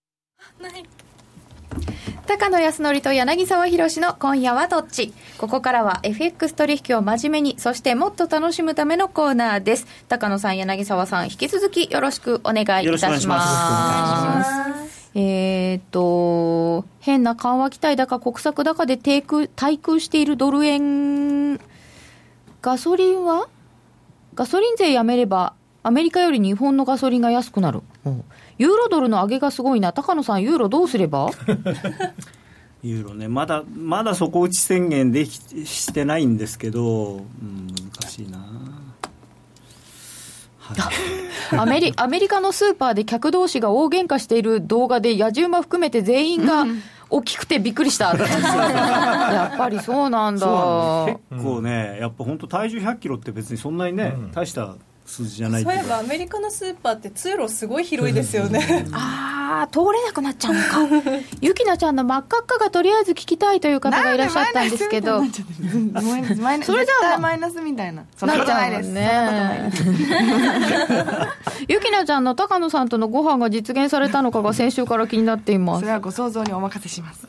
高野康則と柳沢博の今夜はどっち。ここからは エフエックス 取引を真面目に、そしてもっと楽しむためのコーナーです。高野さん、柳沢さん、引き続きよろしくお願いいたします。よろしくお願いします。えーと変な緩和期待高国策高で低空対空しているドル円。ガソリンはガソリン税やめればアメリカより日本のガソリンが安くなる、うん、ユーロドルの上げがすごいな。高野さん、ユーロどうすればユーロね、まだまだ底打ち宣言できしてないんですけど、うん、難しいな、はい、 アメリアメリカのスーパーで客同士が大喧嘩している動画で野じ馬含めて全員が大きくてびっくりしたやっぱりそうなんだ。 そうなんだ、結構ね、やっぱ本当体重ひゃっキロって別にそんなにね、うん、大した数字じゃない。 そういえばアメリカのスーパーって通路すごい広いですよねあー、通れなくなっちゃうのかゆきなちゃんの真っ赤っかがとりあえず聞きたいという方がいらっしゃったんですけど、 それじゃあマイナスみたいな、そんなことないですねゆきなちゃんの高野さんとのご飯が実現されたのかが先週から気になっています。 それはご想像にお任せします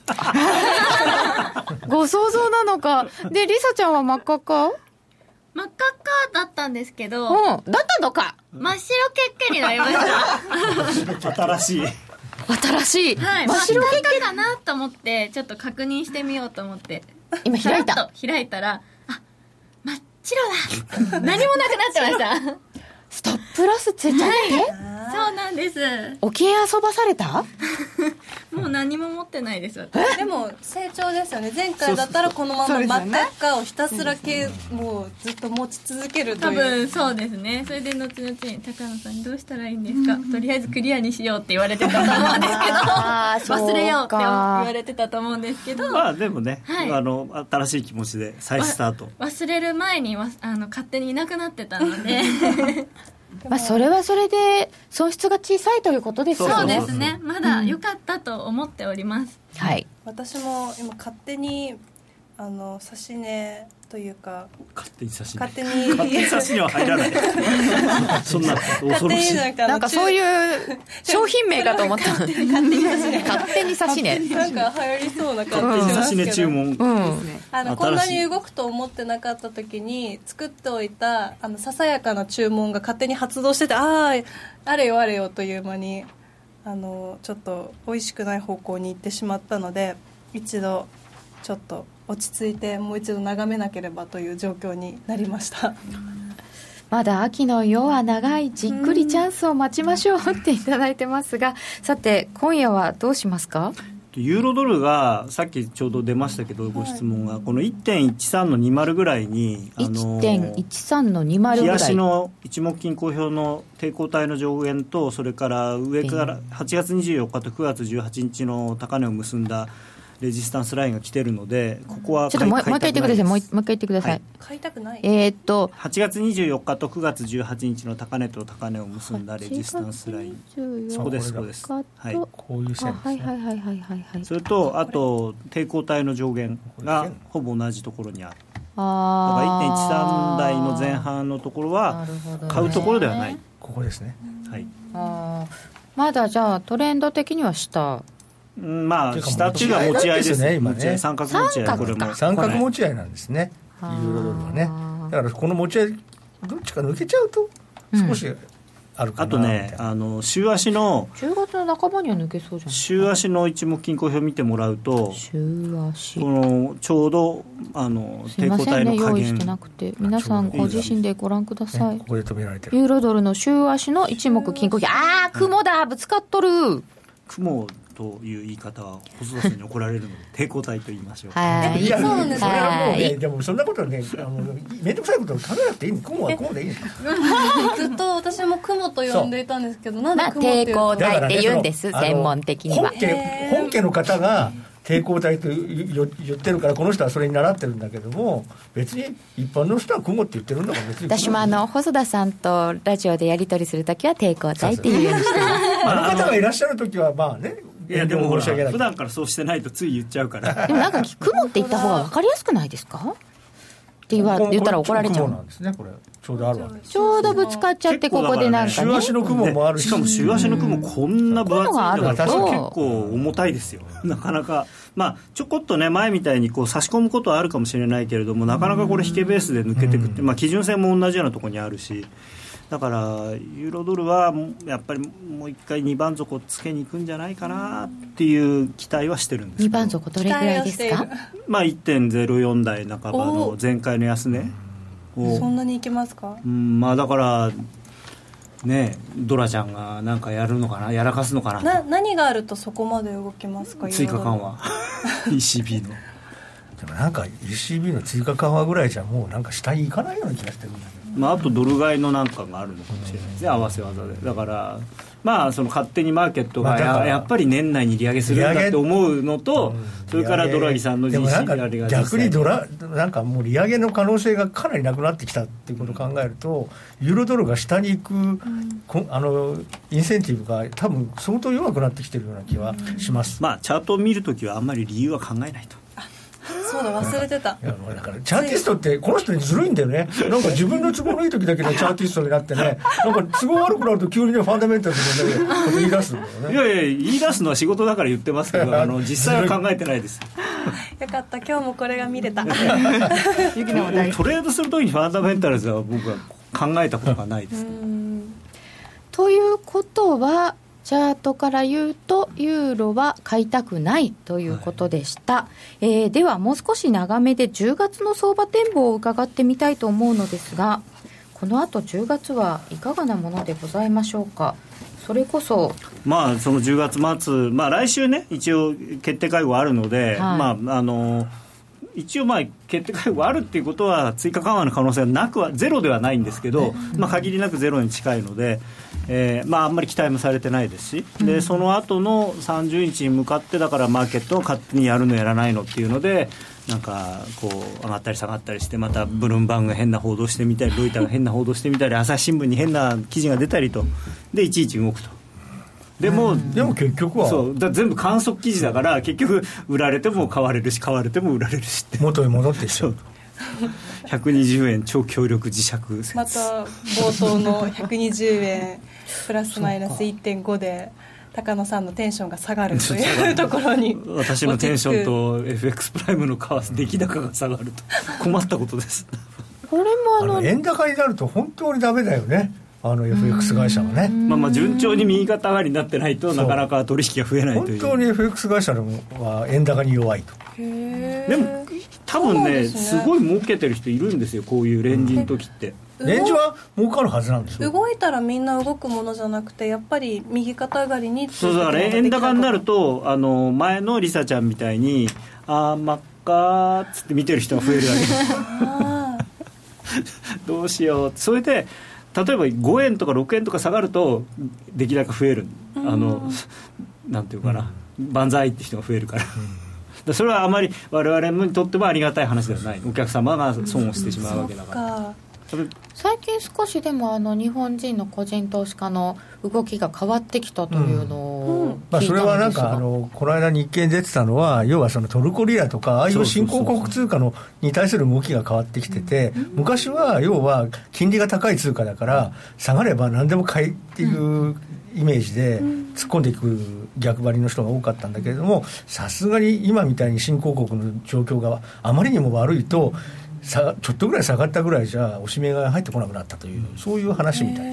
ご想像なのか。で、リサちゃんは真っ赤っか真っ赤っかだったんですけど、 うん、だったのか。 真っ白けっけになりました新しい新しい、 はい、真っ白けっけかなと思ってちょっと確認してみようと思って今開いた開いたら、あ、真っ白だ何もなくなってましたストップロスついちゃって、 はい、そうなんです。 沖へ遊ばされたもう何も持ってないです。 でも成長ですよね。前回だったらこのまま真っ赤っかをひたすらけもうずっと持ち続けるという。 多分そうですね。それで後々に高野さんにどうしたらいいんですか、とりあえずクリアにしようって言われてたと思うんですけど忘れようって言われてたと思うんですけど、 まあでもね、 はい、 あの新しい気持ちで再スタート。 忘れる前にわあの勝手にいなくなってたのでまあ、それはそれで損失が小さいということですよね。 そうですね、まだ良かったと思っております、 うん、はい。 私も今勝手にあの指し値というか勝手に指し値勝手に勝手に指し値は入らないそんな恐ろしいなんかそういう商品名かと思った勝手に指し値なんか流行りそうな感じしますけど、 指し値注文、うん、 あのこんなに動くと思ってなかった時に作っておいたあのささやかな注文が勝手に発動してて、あああれよあれよという間にあのちょっと美味しくない方向に行ってしまったので、一度ちょっと落ち着いてもう一度眺めなければという状況になりました。 まだ秋の夜は長い、じっくりチャンスを待ちましょうっていただいてますが、さて今夜はどうしますか。 ユーロドルがさっきちょうど出ましたけど、ご質問がこの いってんいちさん のにじゅうぐらいに、あのいってんいちさん のにじゅうぐらい、 日足の一目金公表の抵抗体の上限と、それから上からはちがつにじゅうよっかとくがつじゅうはちにちの高値を結んだレジスタンスラインが来てるので、ここはちょっともう一回言ってください。もう一回言ってください。 はい、買いたくない。 えー、っとはちがつにじゅうよっかとくがつじゅうはちにちの高値と高値を結んだレジスタンスライン、そこです、そこです。はい、 こういう線ですね。 はいはいはいはいはいはい。 それとあと抵抗体の上限がほぼ同じところにある。 あだから いってんいちさん 台の前半のところは買うところではない。 ここですね。 はい。 あまだじゃあトレンド的には下。 まあ下っていうのは持ち合いですね。今ね、三角持ち合い、これも三角持ち合いなんですね、ユーロドルはね。だからこの持ち合いどっちか抜けちゃうと少しあるかな。 あとね、あの週足のじゅうがつの半ばには抜けそうじゃない。 週足の一目均衡表を見てもらうと、 週足このちょうどあの抵抗体の加減、 すいませんね、用意してなくて皆さんご自身でご覧ください、 ね、ここで止められてるユーロドルの週足の一目均衡表。あー雲だ、ぶつかっとる。 雲という言い方は細田さんに怒られるので抵抗体と言いましょう。 はい、 いや、 そうなんですそれはもうね、 はいでもそんなことね、あの面倒くさいことを考えなくていいの。雲は雲でいいの。 ずっと私も雲と呼んでいたんですけど、なんでまあ、 雲っていう抵抗と、 体って言うんです、 だからね、 専門的には。 本家、本家の方が抵抗体と言ってるからこの人はそれに習ってるんだけども、別に一般の人は雲って言ってるんだから、別に私もあの細田さんとラジオでやり取りするときは抵抗体っていうようにしてます。 あの方がいらっしゃるときはまあね、 いやでもほら普段からそうしてないとつい言っちゃうからでもなんか雲って言った方が分かりやすくないですかって言わ言ったら怒られちゃう。 雲なんですね、これちょうどあるわけです。 ちょうどぶつかっちゃってここでなんかね、 週足の雲もあるし、 しかも週足の雲こんな分厚いんだから結構重たいですよ。なかなかまあちょこっとね前みたいにこう差し込むことはあるかもしれないけれども、なかなかこれ引けベースで抜けてくって、まあ基準線も同じようなところにあるし、だからユーロドルはやっぱりもう一回にばん底つけに行くんじゃないかなっていう期待はしてるんですけど。 にばん底どれぐらいですか。 まあ いってんゼロよん 台半ばの前回の安値を、 そんなにいけますか。 うん、まあだからね、ドラちゃんがなんかやるのかな、やらかすのかな。 な何があるとそこまで動きますか。 追加緩和イーシービー のでもなんか イーシービー の追加緩和ぐらいじゃもうなんか下に行かないような気がしてるんだけど、 まあ、あとドル買いのなんかがあるのかもしれないですね、合わせ技で。だからまあその勝手にマーケットが や, やっぱり年内に利上げするんだって思うのと、うん、それからドラギさんの ジーシー が逆にドラなんかもう利上げの可能性がかなりなくなってきたっていうことを考えると、ユーロドルが下に行く、うん、あのインセンティブが多分相当弱くなってきてるような気はします、 うん、まあチャートを見るときはあんまり理由は考えないと。 そうだ、忘れてた。 いやだからチャーティストってこの人にずるいんだよね。なんか自分の都合のいい時だけでチャーティストになってね、なんか都合悪くなると急にねファンダメンタルズのこと言い出すんだよね。 いやいや言い出すのは仕事だから言ってますけど、あの実際は考えてないです。 よかった、今日もこれが見れた。トレードする時にファンダメンタルズは僕は考えたことがないです、ね、 ということはチャートから言うとユーロは買いたくないということでした、はいえー、ではもう少し長めでじゅうがつの相場展望を伺ってみたいと思うのですが、この後じゅうがつはいかがなものでございましょうか。それこそまあそのじゅうがつ末、まあ、来週ね一応決定会合あるので、はいまああの一応まあ決定会合あるっていうことは追加緩和の可能性はなくはゼロではないんですけど、まあ、限りなくゼロに近いので、えーまあ、あんまり期待もされてないですし、でその後のさんじゅうにちに向かってだからマーケットを勝手にやるのやらないのっていうのでなんかこう上がったり下がったりして、またブルームバーグが変な報道してみたりロイターが変な報道してみたり朝日新聞に変な記事が出たりとでいちいち動くと。でも、 でも結局はそうだ全部観測記事だから結局売られても買われるし買われても売られるしって元に戻ってしまうひゃくにじゅうえん超強力磁石また冒頭のひゃくにじゅうえんプラスマイナス いってんご で高野さんのテンションが下がるというところに私のテンションと エフエックス プライムの為替出来高が下がると困ったことです。 これもあのあの円高になると本当にダメだよね、あの エフエックス 会社はね。 まあ、まあ順調に右肩上がりになってないとなかなか取引が増えないという。 本当に エフエックス 会社は円高に弱いと。 へでも多分 ね, す, ねすごい儲けてる人いるんですよ、こういうレンジの時って、 うん、レンジは儲かるはずなんですよ。 動いたらみんな動くものじゃなくてやっぱり右肩上がりにそうだから円高になるとあの前のリサちゃんみたいにあー真っ赤っつって見てる人が増えるわけですどうしよう。それで例えばごえんとかろくえんとか下がると出来高増える、あのなんていうかな、うん、万歳って人が増えるから、うん、それはあまり我々にとってもありがたい話ではない。お客様が損をしてしまうわけだから、うん、 最近少しでもあの日本人の個人投資家の動きが変わってきたというのを聞いたんですが、うんまあ、 それはなんかあのこの間日経に出てたのは要はそのトルコリラとかああいう新興国通貨のに対する動きが変わってきてて、昔は要は金利が高い通貨だから下がれば何でも買いっていうイメージで突っ込んでいく逆張りの人が多かったんだけれども、さすがに今みたいに新興国の状況があまりにも悪いとさちょっとぐらい下がったぐらいじゃおしめが入ってこなくなったというそういう話みたいです。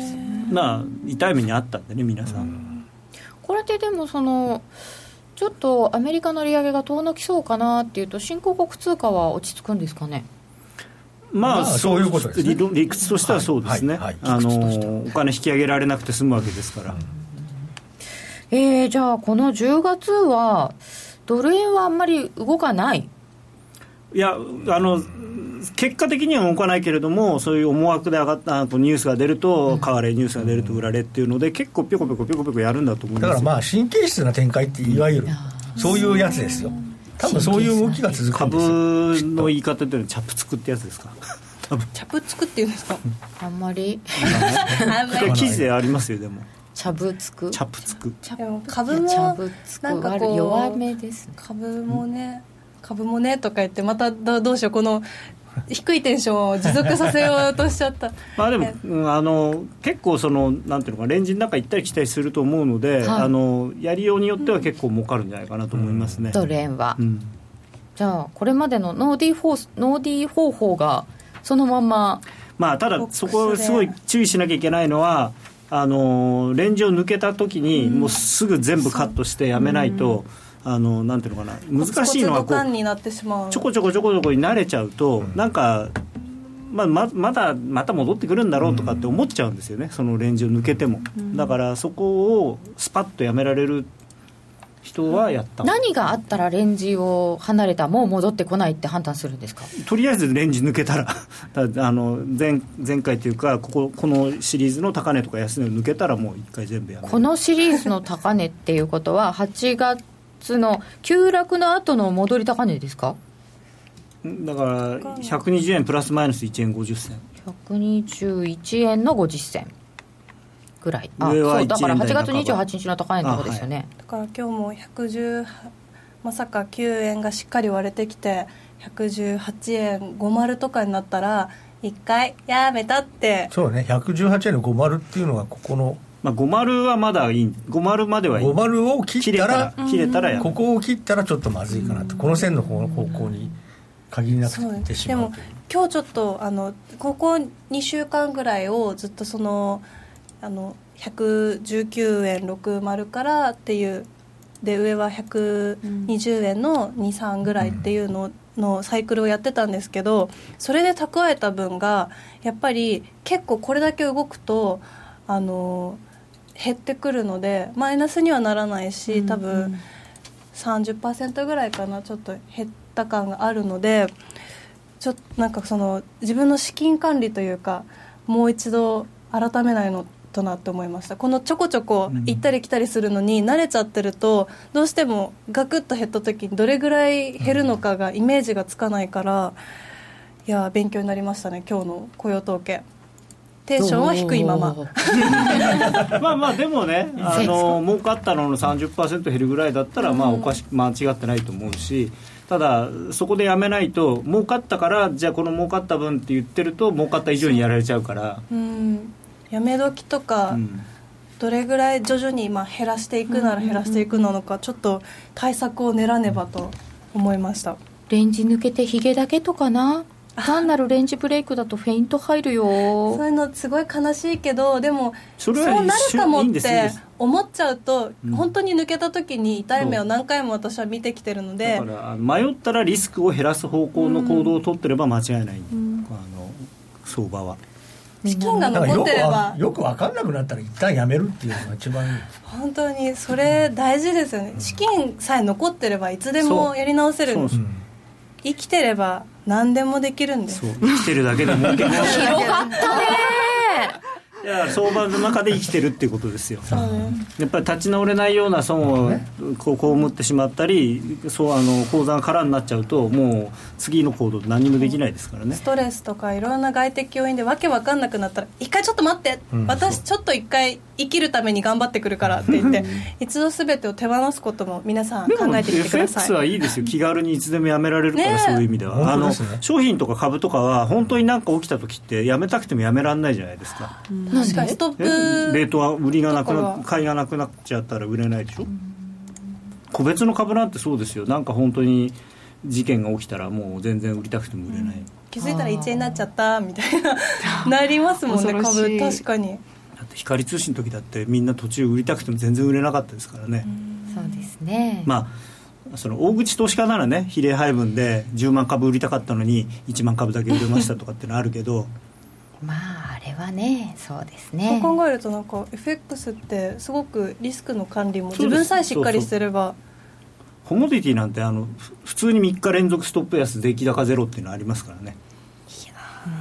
まあ痛い目にあったんでね皆さん、うん、 これってでもそのちょっとアメリカの利上げが遠のきそうかなっていうと新興国通貨は落ち着くんですかね。 まあ、まあ、そういうことですね。理, 理屈としてはそうですね、はいはいはい、あのお金引き上げられなくて済むわけですから、うん、 えー、じゃあこのじゅうがつはドル円はあんまり動かない。 いやあの結果的には動かないけれどもそういう思惑で上がったニュースが出ると買われ、ニュースが出ると売られっていうので結構ピョコピョコピョコピョコやるんだと思います。 だからまあ神経質な展開っていわゆるそういうやつですよ。多分そういう動きが続くんですよ。 株の言い方っていうのはチャプつくってやつですか。 チャプつくっていうんですか。 あんまり記事でありますよ。でもチャブつくチャプつくでも株もなんかこう弱めですね。 株もね株もねとか言ってまたどうしようこの低いテンションを持続させようとしちゃったまあでも、うん、あの結構そのなんていうのかレンジの中行ったり来たりすると思うので、はい、あのやりようによっては結構儲かるんじゃないかなと思いますね、 ドル円は、うん、じゃあこれまでのノーディーフォーノーディー方法がそのまま、 まあ、ただそこすごい注意しなきゃいけないのはあのレンジを抜けた時にもうすぐ全部カットしてやめないと、うん、あのなんていうのかな難しいのはこうになってしまうちょこちょこちょこちょこに慣れちゃうと、うん、なんか、まあ、ま, まだまた戻ってくるんだろうとかって思っちゃうんですよね、そのレンジを抜けても、うん、だからそこをスパッとやめられる人はやった。 何があったらレンジを離れたもう戻ってこないって判断するんですか。 とりあえずレンジ抜けたらあの 前, 前回というかこここのシリーズの高値とか安値を抜けたらもう一回全部やめる。 このシリーズの高値っていうことははちがつの急落の後の戻り高値ですか。 だからひゃくにじゅうえんプラスマイナスいちえんごじゅっせんひゃくにじゅういちえんのごじゅっせんぐらい。あそうだからはちがつにじゅうはちにちの高値のところですよね、はい、 だから今日もひゃくじゅうまさかきゅうえんがしっかり割れてきてひゃくじゅうはちえんごじゅうとかになったら一回やめたって。 そうねひゃくじゅうはちえんのごじゅうっていうのがここの、 まあ、ごじゅうはまだいいごじゅうまではいい。 ごじゅうを切ったら切れたらやここを切ったらちょっとまずいかなと、この線の方向に限りなくてしまう。 でも今日ちょっとあのここにしゅうかんぐらいをずっとそのあのひゃくじゅうきゅうえんろくじゅうからっていうで上はひゃくにじゅうえんのにじゅうさんぐらいっていうののサイクルをやってたんですけど、それで蓄えた分がやっぱり結構これだけ動くとあの減ってくるのでマイナスにはならないし、多分 さんじゅっパーセント ぐらいかなちょっと減った感があるので、ちょっとなんかその自分の資金管理というかもう一度改めないのとなって思いました。このちょこちょこ行ったり来たりするのに慣れちゃってるとどうしてもガクッと減った時にどれぐらい減るのかがイメージがつかないから、いや勉強になりましたね今日の雇用統計。テンションは低いまままあまあでもねあの儲かったのの さんじゅっパーセント 減るぐらいだったらまあおかし間違ってないと思うし、ただそこでやめないと儲かったからじゃあこの儲かった分って言ってると儲かった以上にやられちゃうから、 うんやめ時とか、うん、どれぐらい徐々に今減らしていくなら減らしていくのかちょっと対策を練らねばと思いました。 レンジ抜けてヒゲだけとかな、単なるレンジブレイクだとフェイント入るよ。 そういうのすごい悲しいけどでもそうなるかもって思っちゃうと、うん、本当に抜けた時に痛い目を何回も私は見てきてるので、 だから迷ったらリスクを減らす方向の行動を取ってれば間違いない、うん、あの相場は資金が残ってればよく分かんなくなったら一旦やめるっていうのが一番いい。 本当にそれ大事ですよね、うん、資金さえ残ってればいつでもやり直せる。そうそうそう、生きてれば何でもできるんです。 そう生きてるだけでも広がったねいや相場の中で生きてるっていうことですよ。そうね、やっぱり立ち直れないような損をこう被ってしまったりそうあの口座が空になっちゃうともう次の行動何もできないですからね。 ストレスとかいろんな外的要因でわけわかんなくなったら一回ちょっと待って、うん、私ちょっと一回生きるために頑張ってくるからって言って一度全てを手放すことも皆さん考えてみてください。 でも エフエックス はいいですよ、気軽にいつでもやめられるから、ね、そういう意味ではあの、ね、商品とか株とかは本当に何か起きた時ってやめたくてもやめられないじゃないですか、 うん、確かにストップレートは売りがなくな買いがなくなっちゃったら売れないでしょ、うん、個別の株なんてそうですよ。なんか本当に事件が起きたらもう全然売りたくても売れない、うん、 気づいたらいちえんになっちゃったみたいななりますもんね株。確かにだって光通信の時だってみんな途中売りたくても全然売れなかったですからね。 そうですね。 まあその大口投資家ならね比例配分でじゅうまん株売りたかったのにいちまん株だけ売れましたとかってのあるけどまああれはねそうですね。 そう考えるとなんか エフエックス ってすごくリスクの管理も自分さえしっかりしてれば。 コモディティなんてあの普通にみっか連続ストップ安出来高ゼロっていうのありますからね。いや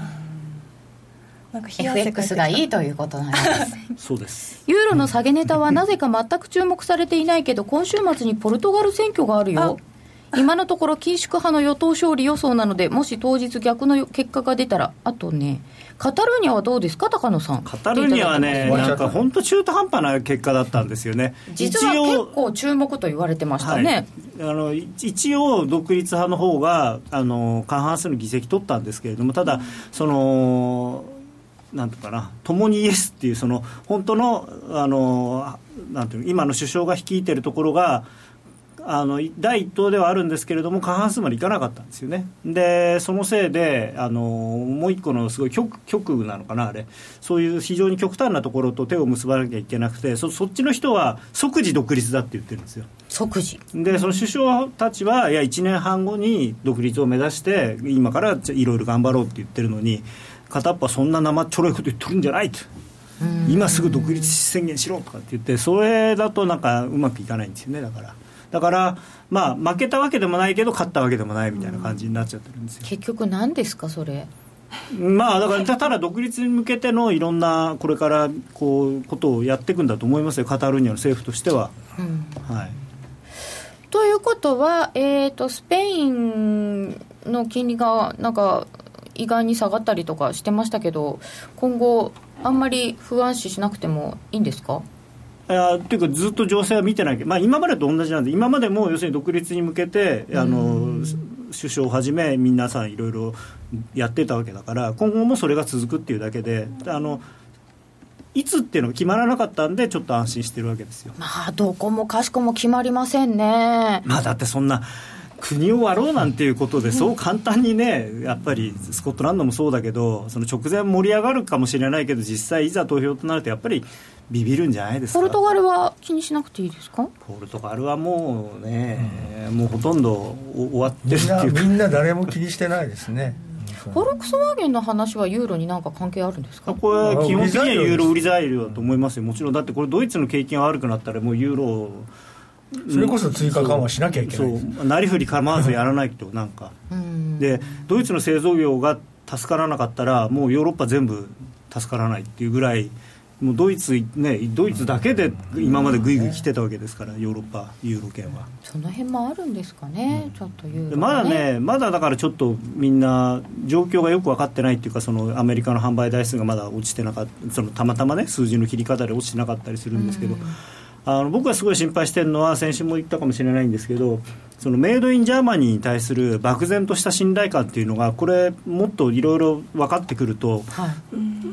なんか エフエックス がいいということなんですそうです。 ユーロの下げネタはなぜか全く注目されていないけど今週末にポルトガル選挙があるよ。今のところ緊縮派の与党勝利予想なのでもし当日逆の結果が出たらあとねカタルーニャはどうですか高野さん。 カタルーニャはねなんか本当中途半端な結果だったんですよね。 実は結構注目と言われてましたね、 はい、あの一応独立派の方があの過半数の議席取ったんですけれどもただそのなんていうかな共にイエスっていうその本当のあのなんていう今の首相が率いてるところがあの第一党ではあるんですけれども過半数までいかなかったんですよね。でそのせいであのもう一個のすごい 極, 極右なのかなあれそういう非常に極端なところと手を結ばなきゃいけなくて そ, そっちの人は即時独立だって言ってるんですよ。 即時でその首相たちはいやいちねんはんごに独立を目指して今からいろいろ頑張ろうって言ってるのに片っぽはそんな生ちょろいこと言ってるんじゃないと今すぐ独立宣言しろとかって言ってそれだとなんかうまくいかないんですよね。だからだから、まあ、負けたわけでもないけど勝ったわけでもないみたいな感じになっちゃってるんですよ。 結局何ですかそれ。 まあだからただ独立に向けてのいろんなこれからこうことをやっていくんだと思いますよカタルーニャの政府としては、うんはい、 ということは、えーと、スペインの金利がなんか意外に下がったりとかしてましたけど今後あんまり不安視しなくてもいいんですか。 あというかずっと情勢は見てないけど、まあ、今までと同じなんで今までも要するに独立に向けてあの首相をはじめ皆さんいろいろやってたわけだから今後もそれが続くっていうだけであのいつっていうのが決まらなかったんでちょっと安心してるわけですよ。 まあどこもかしこも決まりませんね。 まあだってそんな国を割ろうなんていうことでそう簡単にねやっぱりスコットランドもそうだけどその直前盛り上がるかもしれないけど実際いざ投票となるとやっぱりビビるんじゃないですか。 ポルトガルは気にしなくていいですか。 ポルトガルはもうね、うん、もうほとんど終わってるっていうみんな、みんな誰も気にしてないですねフォルクスワーゲンの話はユーロに何か関係あるんですか。 これは基本的にはユーロ売り材料だと思いますよ。もちろんだってこれドイツの景気が悪くなったらもうユーロそれこそ追加緩和しなきゃいけない。 そうなりふり構わずやらないとなんかでドイツの製造業が助からなかったらもうヨーロッパ全部助からないっていうぐらいもうドイツねドイツだけで今までグイグイ来てたわけですからヨーロッパユーロ圏はその辺もあるんですかね、うん、ちょっとユーロ、ね、 まだねまだだからちょっとみんな状況がよく分かってないっていうかそのアメリカの販売台数がまだ落ちてなかったそのたまたまね数字の切り方で落ちてなかったりするんですけど、うんあの僕がすごい心配してるのは先週も言ったかもしれないんですけどそのメイドインジャーマニーに対する漠然とした信頼感っていうのがこれもっといろいろ分かってくると、はい、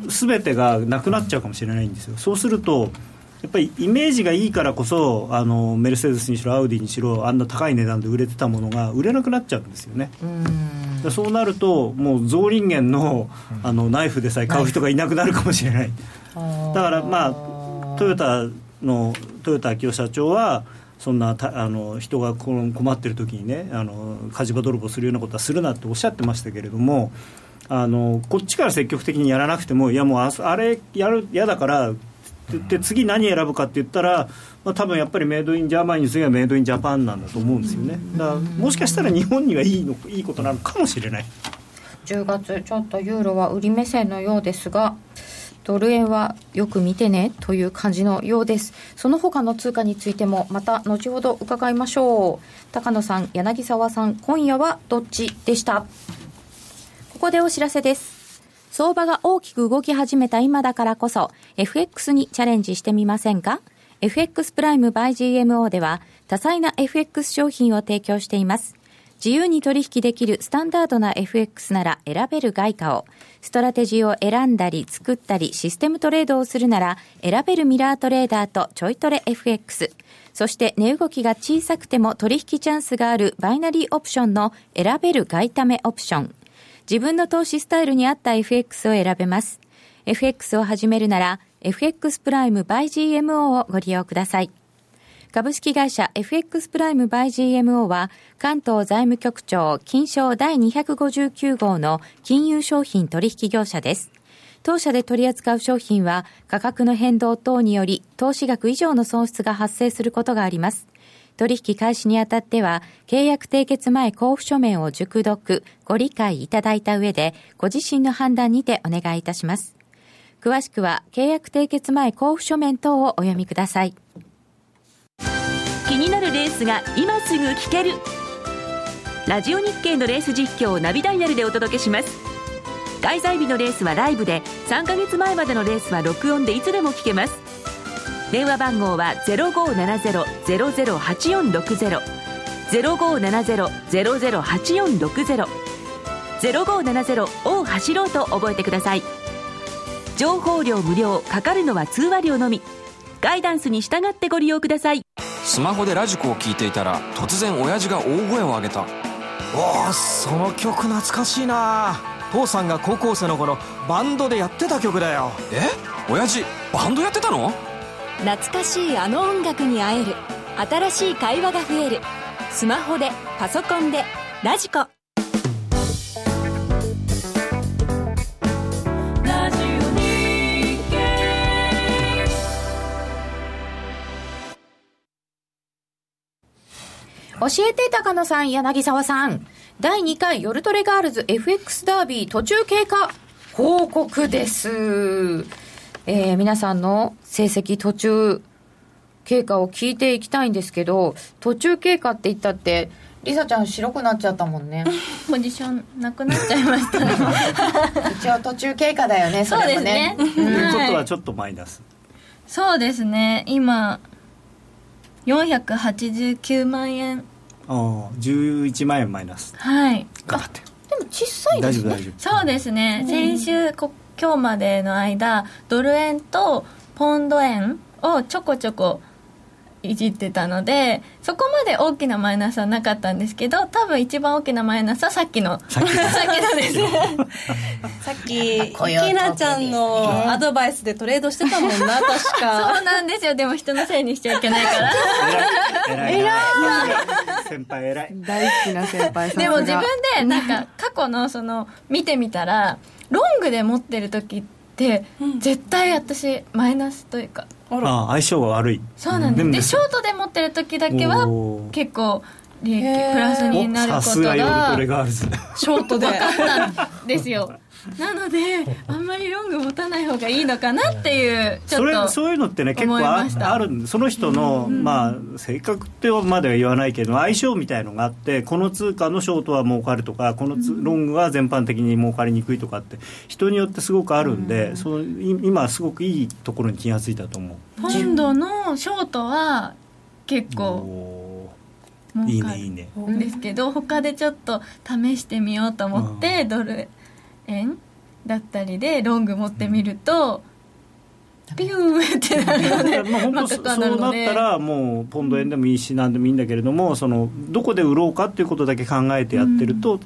全てがなくなっちゃうかもしれないんですよ。そうするとやっぱりイメージがいいからこそあのメルセデスにしろアウディにしろあんな高い値段で売れてたものが売れなくなっちゃうんですよね。うんそうなるともうゾウリンゲン の, あのナイフでさえ買う人がいなくなるかもしれない。だからまあトヨタの豊田章男社長はそんなあの人が困ってる時にねあの火事場泥棒するようなことはするなっておっしゃってましたけれどもあのこっちから積極的にやらなくてもいやもう あ, あれやる嫌だからって言って次何選ぶかって言ったら、まあ、多分やっぱりメイドインジャーマニーに次はメイドインジャパンなんだと思うんですよね。だからもしかしたら日本にはいいのいいことなのかもしれない。 じゅうがつちょっとユーロは売り目線のようですがドル円はよく見てねという感じのようです。その他の通貨についてもまた後ほど伺いましょう。高野さん柳沢さん今夜はどっちでした。ここでお知らせです。相場が大きく動き始めた今だからこそ エフエックス にチャレンジしてみませんか。 エフエックス プライム by ジーエムオー では多彩な エフエックス 商品を提供しています。自由に取引できるスタンダードな エフエックス なら選べる外貨を、ストラテジーを選んだり作ったりシステムトレードをするなら選べるミラートレーダーとちょいトレ エフエックス、そして値動きが小さくても取引チャンスがあるバイナリーオプションの選べる外為オプション。自分の投資スタイルに合った エフエックス を選べます。エフエックス を始めるならエフエックス プライム by ジーエムオー をご利用ください。株式会社 エフエックス プライム by ジーエムオー は関東財務局長金商第にひゃくごじゅうきゅう号の金融商品取引業者です。当社で取り扱う商品は価格の変動等により投資額以上の損失が発生することがあります。取引開始にあたっては契約締結前交付書面を熟読ご理解いただいた上でご自身の判断にてお願いいたします。詳しくは契約締結前交付書面等をお読みください。 気になるレースが今すぐ聞ける。ラジオ日経のレース実況をナビダイヤルでお届けします。開催日のレースはライブで、さんかげつまえまでのレースは録音でいつでも聞けます。電話番号は ゼロごーななゼロ ゼロゼロはちよんろくゼロ ゼロごーななゼロ ゼロゼロはちよんろくゼロ ゼロごーななゼロを走ろうと覚えてください。情報料無料、かかるのは通話料のみ。ガイダンスに従ってご利用ください。 スマホでラジコを聞いていたら突然親父が大声を上げた。 おお、その曲懐かしいな。父さんが高校生の頃バンドでやってた曲だよ。 え、親父バンドやってたの？ 懐かしいあの音楽に会える。新しい会話が増える。スマホでパソコンでラジコ。 教えて高野さん、柳沢さん、だいにかい夜トレガールズ エフエックス ダービー途中経過報告です。えー、皆さんの成績途中経過を聞いていきたいんですけど、途中経過って言ったってリサちゃん白くなっちゃったもんね。 ポジションなくなっちゃいましたね。 一応途中経過だよね。それもね。 そうですね。ということはちょっとマイナス。 そうですね。今よんひゃくはちじゅうきゅうまんえん。 ああ、じゅういちまんえんマイナス。 はい。 頑張って。 でも小さいですね。 大丈夫大丈夫。 そうですね。先週こ今日までの間ドル円とポンド円をちょこちょこいじってたので、そこまで大きなマイナスはなかったんですけど、多分一番大きなマイナスはさっきのさっきのですね。 さっきゆきなちゃんのアドバイスでトレードしてたもんな、確か。 そうなんですよ。でも人のせいにしちゃいけないから偉い偉い先輩偉い。 大好きな先輩さん。 でも自分でなんか過去のその見てみたらロングで持ってる時って絶対私マイナスというか、 ああ、相性が悪い。 そうなんです。でショートで持ってる時だけは結構利益プラスになることがさすが夜トレガールズショートで分かったんですよ。なのであんまりロング持たない方がいいのかなっていうちょっとそれそういうのってね結構 あ, あるその人の、うんまあ、性格ってまでは言わないけど相性みたいのがあって、この通貨のショートは儲かるとかこのつ、うん、ロングは全般的に儲かりにくいとかって人によってすごくあるんで、うん、その今すごくいいところに気がついたと思う。 ポンドのショートは結構いいねいいねですけど、他でちょっと試してみようと思って、うん、ドル円だったりでロング持ってみるとピューってなるので、まあ、本当そうなったらもうポンド円でもいいし何でもいいんだけれども、そのどこで売ろうかっていうことだけ考えてやってると、うん、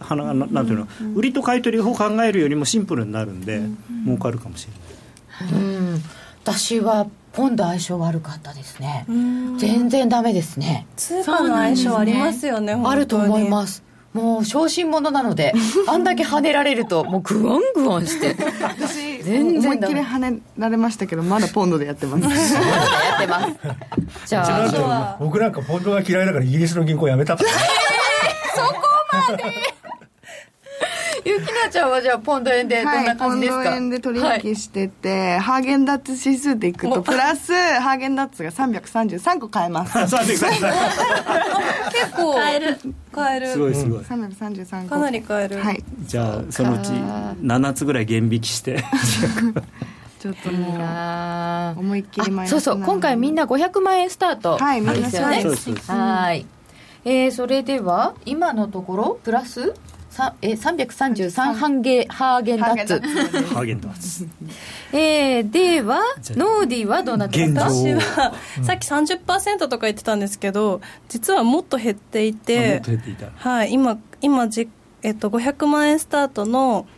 なんていうの、うん、売りと買い取りを考えるよりもシンプルになるんで、うん、儲かるかもしれない、 うん、私はポンド相性悪かったですね。全然ダメですね。 通貨の相性ありますよね。 あると思います。もう小心者なのであんだけ跳ねられるともうグワングワンして私全然思いっきり跳ねられましたけどまだポンドでやってます。まだやってますじゃあ僕なんかポンドが嫌いだからイギリスの銀行辞めた、えー、 そこまでゆきなちゃんはじゃあポンド円でどんな感じですか？ はい、ポンド円で取引してて、はい、ハーゲンダッツ指数でいくとプラスハーゲンダッツがさんびゃくさんじゅうさんこ買えます。 結構買える買えるすごいすごいさんびゃくさんじゅうさんこかなり買える、 はい、 じゃあそのうちななつぐらい減引きしてちょっともう思いっきりマイナス。 そうそう、今回みんなごひゃくまんえんスタートですよね。はい、えー、それでは今のところプラスえさんびゃくさんじゅうさんハンゲハーゲンダッツハーゲンダッツえー、ではノーディはどうなってますか？ 私は、うん、さっき さんじゅっパーセント とか言ってたんですけど実はもっと減っていて、 もっと減っていた、 はい、今今じ、えっと、ごひゃくまんえんスタートの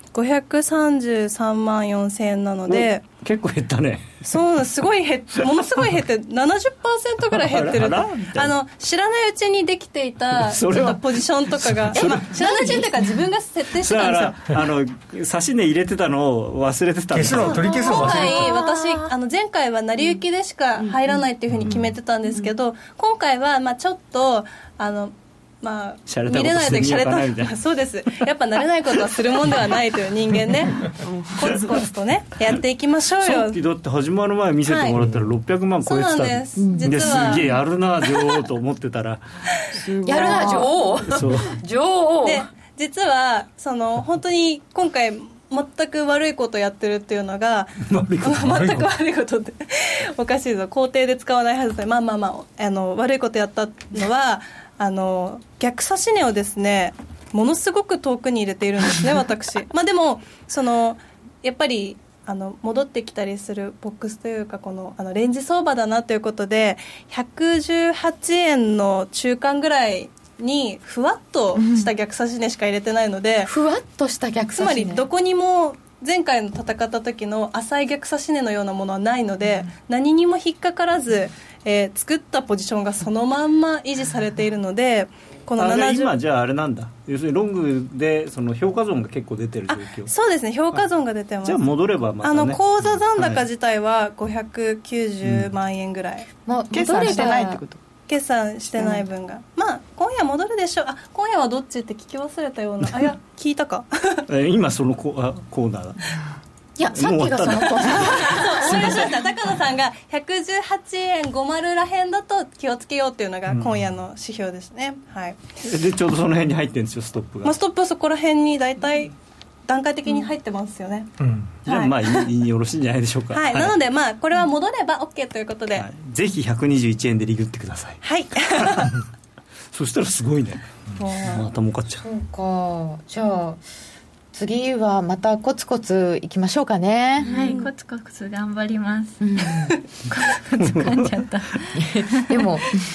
ごひゃくさんじゅうさんまんよんせんえんなので、 結構減ったね。 そうすごい減っものすごい減ってななじゅっパーセントぐらい減ってるあの知らないうちにできていたちょっとポジションとかが、まあ、知らないうちにというか自分が設定してたんですよ。 あの指し値入れてたのを忘れてたんですよ。取り消すの忘れてた。 今回私あの前回は成り行きでしか入らないっていうふうに決めてたんですけど、今回はまあちょっとあのまあ、見れないでしゃれたそうです。やっぱ慣れないことはするもんではないという人間ねコツコツとねやっていきましょうよ。 さっきだって始まる前見せてもらったらろっぴゃくまん超えてたんで、はい、そうなんです。実はすげえやるな女王と思ってたらやるな女王そう女王で実はその本当に今回全く悪いことやってるっていうのが悪いこと全く悪いことっておかしいぞ、肯定で使わないはずで、まあまあまあ、あの悪いことやったのはあの逆差し値をですねものすごく遠くに入れているんですね私。まあでもそのやっぱりあの戻ってきたりするボックスというかこのあのレンジ相場だなということでひゃくじゅうはちえんの中間ぐらいにふわっとした逆差し値しか入れてないので、うん、 ふわっとした逆差し値、 つまりどこにも前回の戦った時の浅い逆差し値のようなものはないので、うん、何にも引っかからず、えー、作ったポジションがそのまんま維持されているので、このななじゅう今じゃああれなんだ、要するにロングでその評価損が結構出てる状況。 そうですね、評価損が出てます。 じゃあ戻ればまたね、 あの口座残高自体はごひゃくきゅうじゅうまんえんぐらい、 うん、まあ、決算してないってこと。 決算してない分が、うん、まあ今夜戻るでしょう。あ、今夜はどっちって聞き忘れたようなあ、いや聞いたか今そのコーナーだ。 いや、さっきがそのコーナーそう思い出しました。高野さんがひゃくじゅうはちえんごじゅうらへんだと気をつけようっていうのが今夜の指標ですね、うん、はい。 でちょうどその辺に入ってるんですよ、ストップが。 まあ、ストップはそこら辺に大体段階的に入ってますよね、 うんうん、じゃあまあ、はい、よろしいんじゃないでしょうか、 はい、なのでまあこれは戻れば OK ということで、はい、 ぜひひゃくにじゅういちえんでリグってください。 はいそしたらすごいね、また儲かっちゃう。 そうか、じゃあ次はまたコツコツいきましょうかね。 はい、コツコツ頑張ります、うん、コツコツ噛んじゃったでも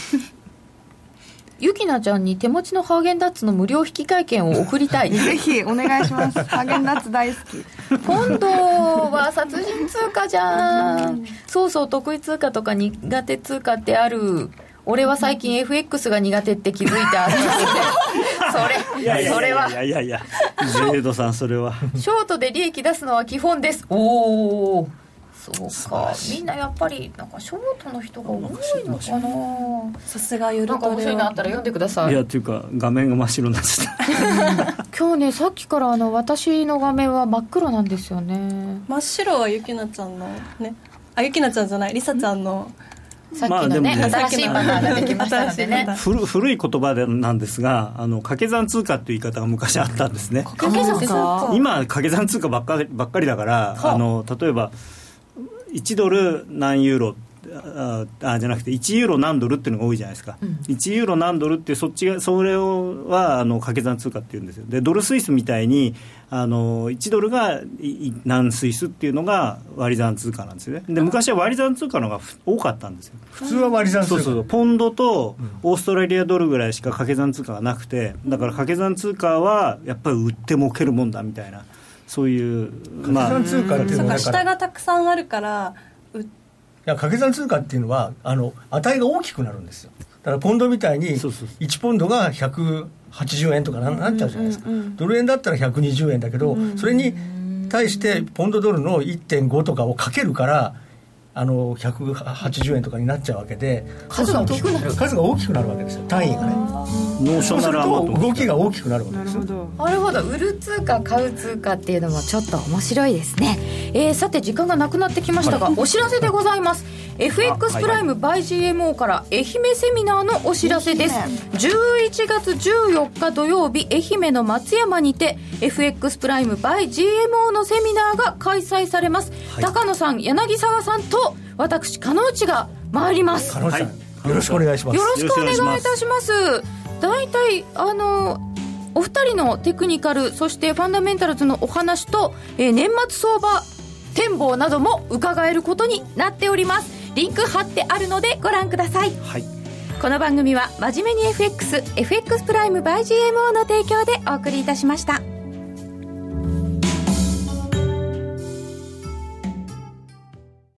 ゆきなちゃんに手持ちのハーゲンダッツの無料引換券を送りたいぜひお願いします。ハーゲンダッツ大好き。 ポンドは殺人通貨じゃん。そうそう、得意通貨とか苦手通貨ってある。俺は最近 エフエックス が苦手って気づいたそれいやいやそれはいやいやいやジェイドさん、それはショートで利益出すのは基本です。おお、そうか、みんなやっぱりなんかショートの人が多いのかな。さすが夜トレ。なんか面白いのあったら読んでください。 いや、っていうか画面が真っ白になっちゃった今日ね、さっきからあの私の画面は真っ黒なんですよね。 真っ白はゆきなちゃんのね、あ、ゆきなちゃんじゃない、りさちゃんのさっきのね、まあ、ね、新しいパターンができましたのでね古, 古い言葉でなんですが、あの掛け算通貨という言い方が昔あったんですね。 掛け算通貨、 今掛け算通貨ばっかりばっかりだから、あの例えばいちドル何ユーロああじゃなくていちユーロ何ドルっていうのが多いじゃないですか、うん、いちユーロ何ドルってそっちがそれをはあの掛け算通貨っていうんですよ。でドルスイスみたいにあのいちドルが何スイスっていうのが割り算通貨なんですよね。で昔は割り算通貨の方が多かったんですよ。 普通は割り算通貨、 そうそう、ポンドとオーストラリアドルぐらいしか掛け算通貨がなくて、だから掛け算通貨はやっぱり売って儲けるもんだみたいな、そういう、 まあ、掛け算通貨っていうのはそうか、下がたくさんあるから売っていや掛け算通貨っていうのはあの値が大きくなるんですよ。だからポンドみたいにいちポンドがひゃくはちじゅうえんとか な, なっちゃうじゃないですか、うんうんうん、ドル円だったらひゃくにじゅうえんだけど、うん、それに対してポンドドルの いってんご とかをかけるからあのひゃくはちじゅうえんとかになっちゃうわけで、 数が大きくなる数が大きくなるわけですよ、単位がね。 ノーショナルアマウント、 動きが大きくなるわけですよ。 なるほど、売る通貨買う通貨っていうのもちょっと面白いですね。えー、さて時間がなくなってきましたが、はい、お知らせでございます。エフエックス プライム by ジーエムオー から愛媛セミナーのお知らせです。じゅういちがつじゅうよっか土曜日、愛媛の松山にて エフエックス プライム by ジーエムオー のセミナーが開催されます、はい、高野さん、柳沢さんと私鹿野内が参ります。 鹿野内さん、はい、よろしくお願いします。 よろしくお願いいたします。だいたいあのお二人のテクニカル、そしてファンダメンタルズのお話と、えー、年末相場展望なども伺えることになっております。リンク貼ってあるのでご覧ください、はい、この番組は真面目に エフエックス エフエックス プライム by ジーエムオー の提供でお送りいたしました。